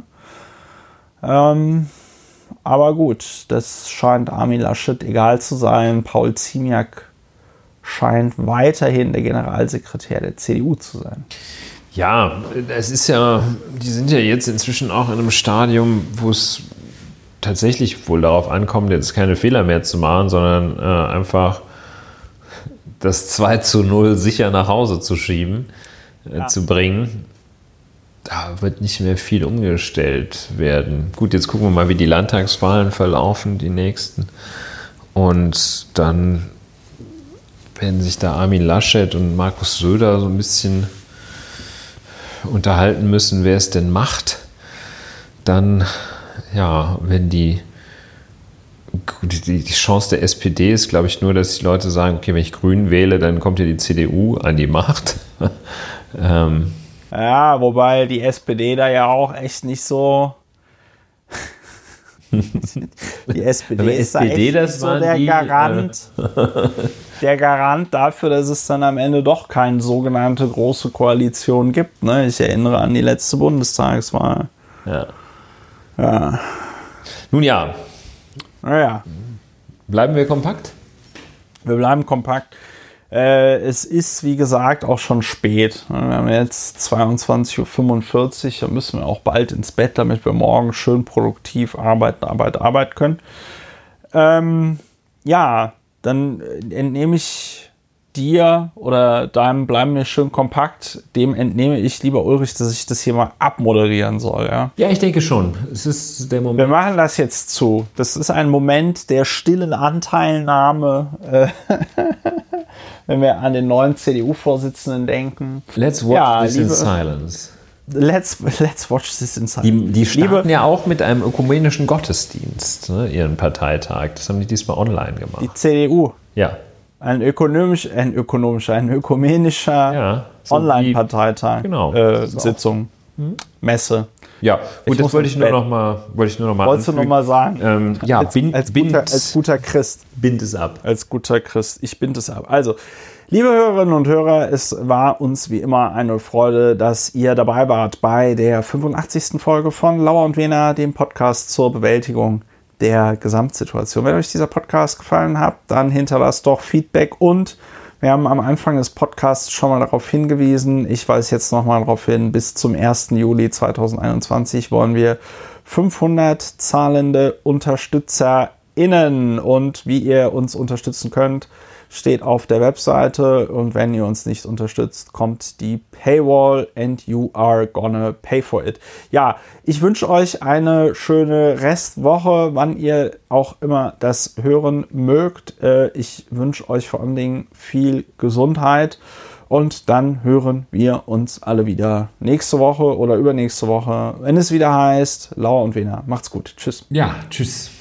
Aber gut, das scheint Armin Laschet egal zu sein. Paul Ziemiak scheint weiterhin der Generalsekretär der CDU zu sein. Ja, es ist ja, die sind ja jetzt inzwischen auch in einem Stadium, wo es tatsächlich wohl darauf ankommt, jetzt keine Fehler mehr zu machen, sondern einfach das 2:0 sicher nach Hause zu schieben, zu bringen. Da wird nicht mehr viel umgestellt werden. Gut, jetzt gucken wir mal, wie die Landtagswahlen verlaufen, die nächsten. Und dann werden sich da Armin Laschet und Markus Söder so ein bisschen unterhalten müssen, wer es denn macht. Dann, ja, wenn die Chance der SPD ist, glaube ich, nur, dass die Leute sagen, okay, wenn ich Grün wähle, dann kommt ja die CDU an die Macht. Ja, wobei die SPD da ja auch echt nicht so... Die SPD ist da echt nicht so der Garant. Der Garant dafür, dass es dann am Ende doch keine sogenannte große Koalition gibt. Ne? Ich erinnere an die letzte Bundestagswahl. Ja. Nun ja. Naja. Bleiben wir kompakt? Wir bleiben kompakt. Es ist, wie gesagt, auch schon spät. Wir haben jetzt 22:45 Uhr. Da müssen wir auch bald ins Bett, damit wir morgen schön produktiv arbeiten können. Ja, dann entnehme ich dir oder deinem Bleiben wir schön kompakt. Dem entnehme ich, lieber Ulrich, dass ich das hier mal abmoderieren soll. Ja, ja, ich denke schon. Es ist der Moment. Wir machen das jetzt zu. Das ist ein Moment der stillen Anteilnahme. Wenn wir an den neuen CDU-Vorsitzenden denken. Let's watch this in silence. Let's watch this in silence. Die starten ja auch mit einem ökumenischen Gottesdienst, ne, ihren Parteitag. Das haben die diesmal online gemacht. Die CDU? Ja. Ein ökumenischer so Online-Parteitag. Genau. Sitzung. Messe. Ja, gut, das wollte ich nur noch mal Wolltest du noch mal sagen? Ja, als guter Christ. Bind es ab. Als guter Christ. Ich bind es ab. Also, liebe Hörerinnen und Hörer, es war uns wie immer eine Freude, dass ihr dabei wart bei der 85. Folge von Lauer und Wehner, dem Podcast zur Bewältigung der Gesamtsituation. Wenn euch dieser Podcast gefallen hat, dann hinterlasst doch Feedback und wir haben am Anfang des Podcasts schon mal darauf hingewiesen, ich weise jetzt nochmal darauf hin, bis zum 1. Juli 2021 wollen wir 500 zahlende UnterstützerInnen und wie ihr uns unterstützen könnt, steht auf der Webseite und wenn ihr uns nicht unterstützt, kommt die Paywall and you are gonna pay for it. Ja, ich wünsche euch eine schöne Restwoche, wann ihr auch immer das hören mögt. Ich wünsche euch vor allen Dingen viel Gesundheit und dann hören wir uns alle wieder nächste Woche oder übernächste Woche, wenn es wieder heißt Lauer und Wehner. Macht's gut. Tschüss. Ja, tschüss.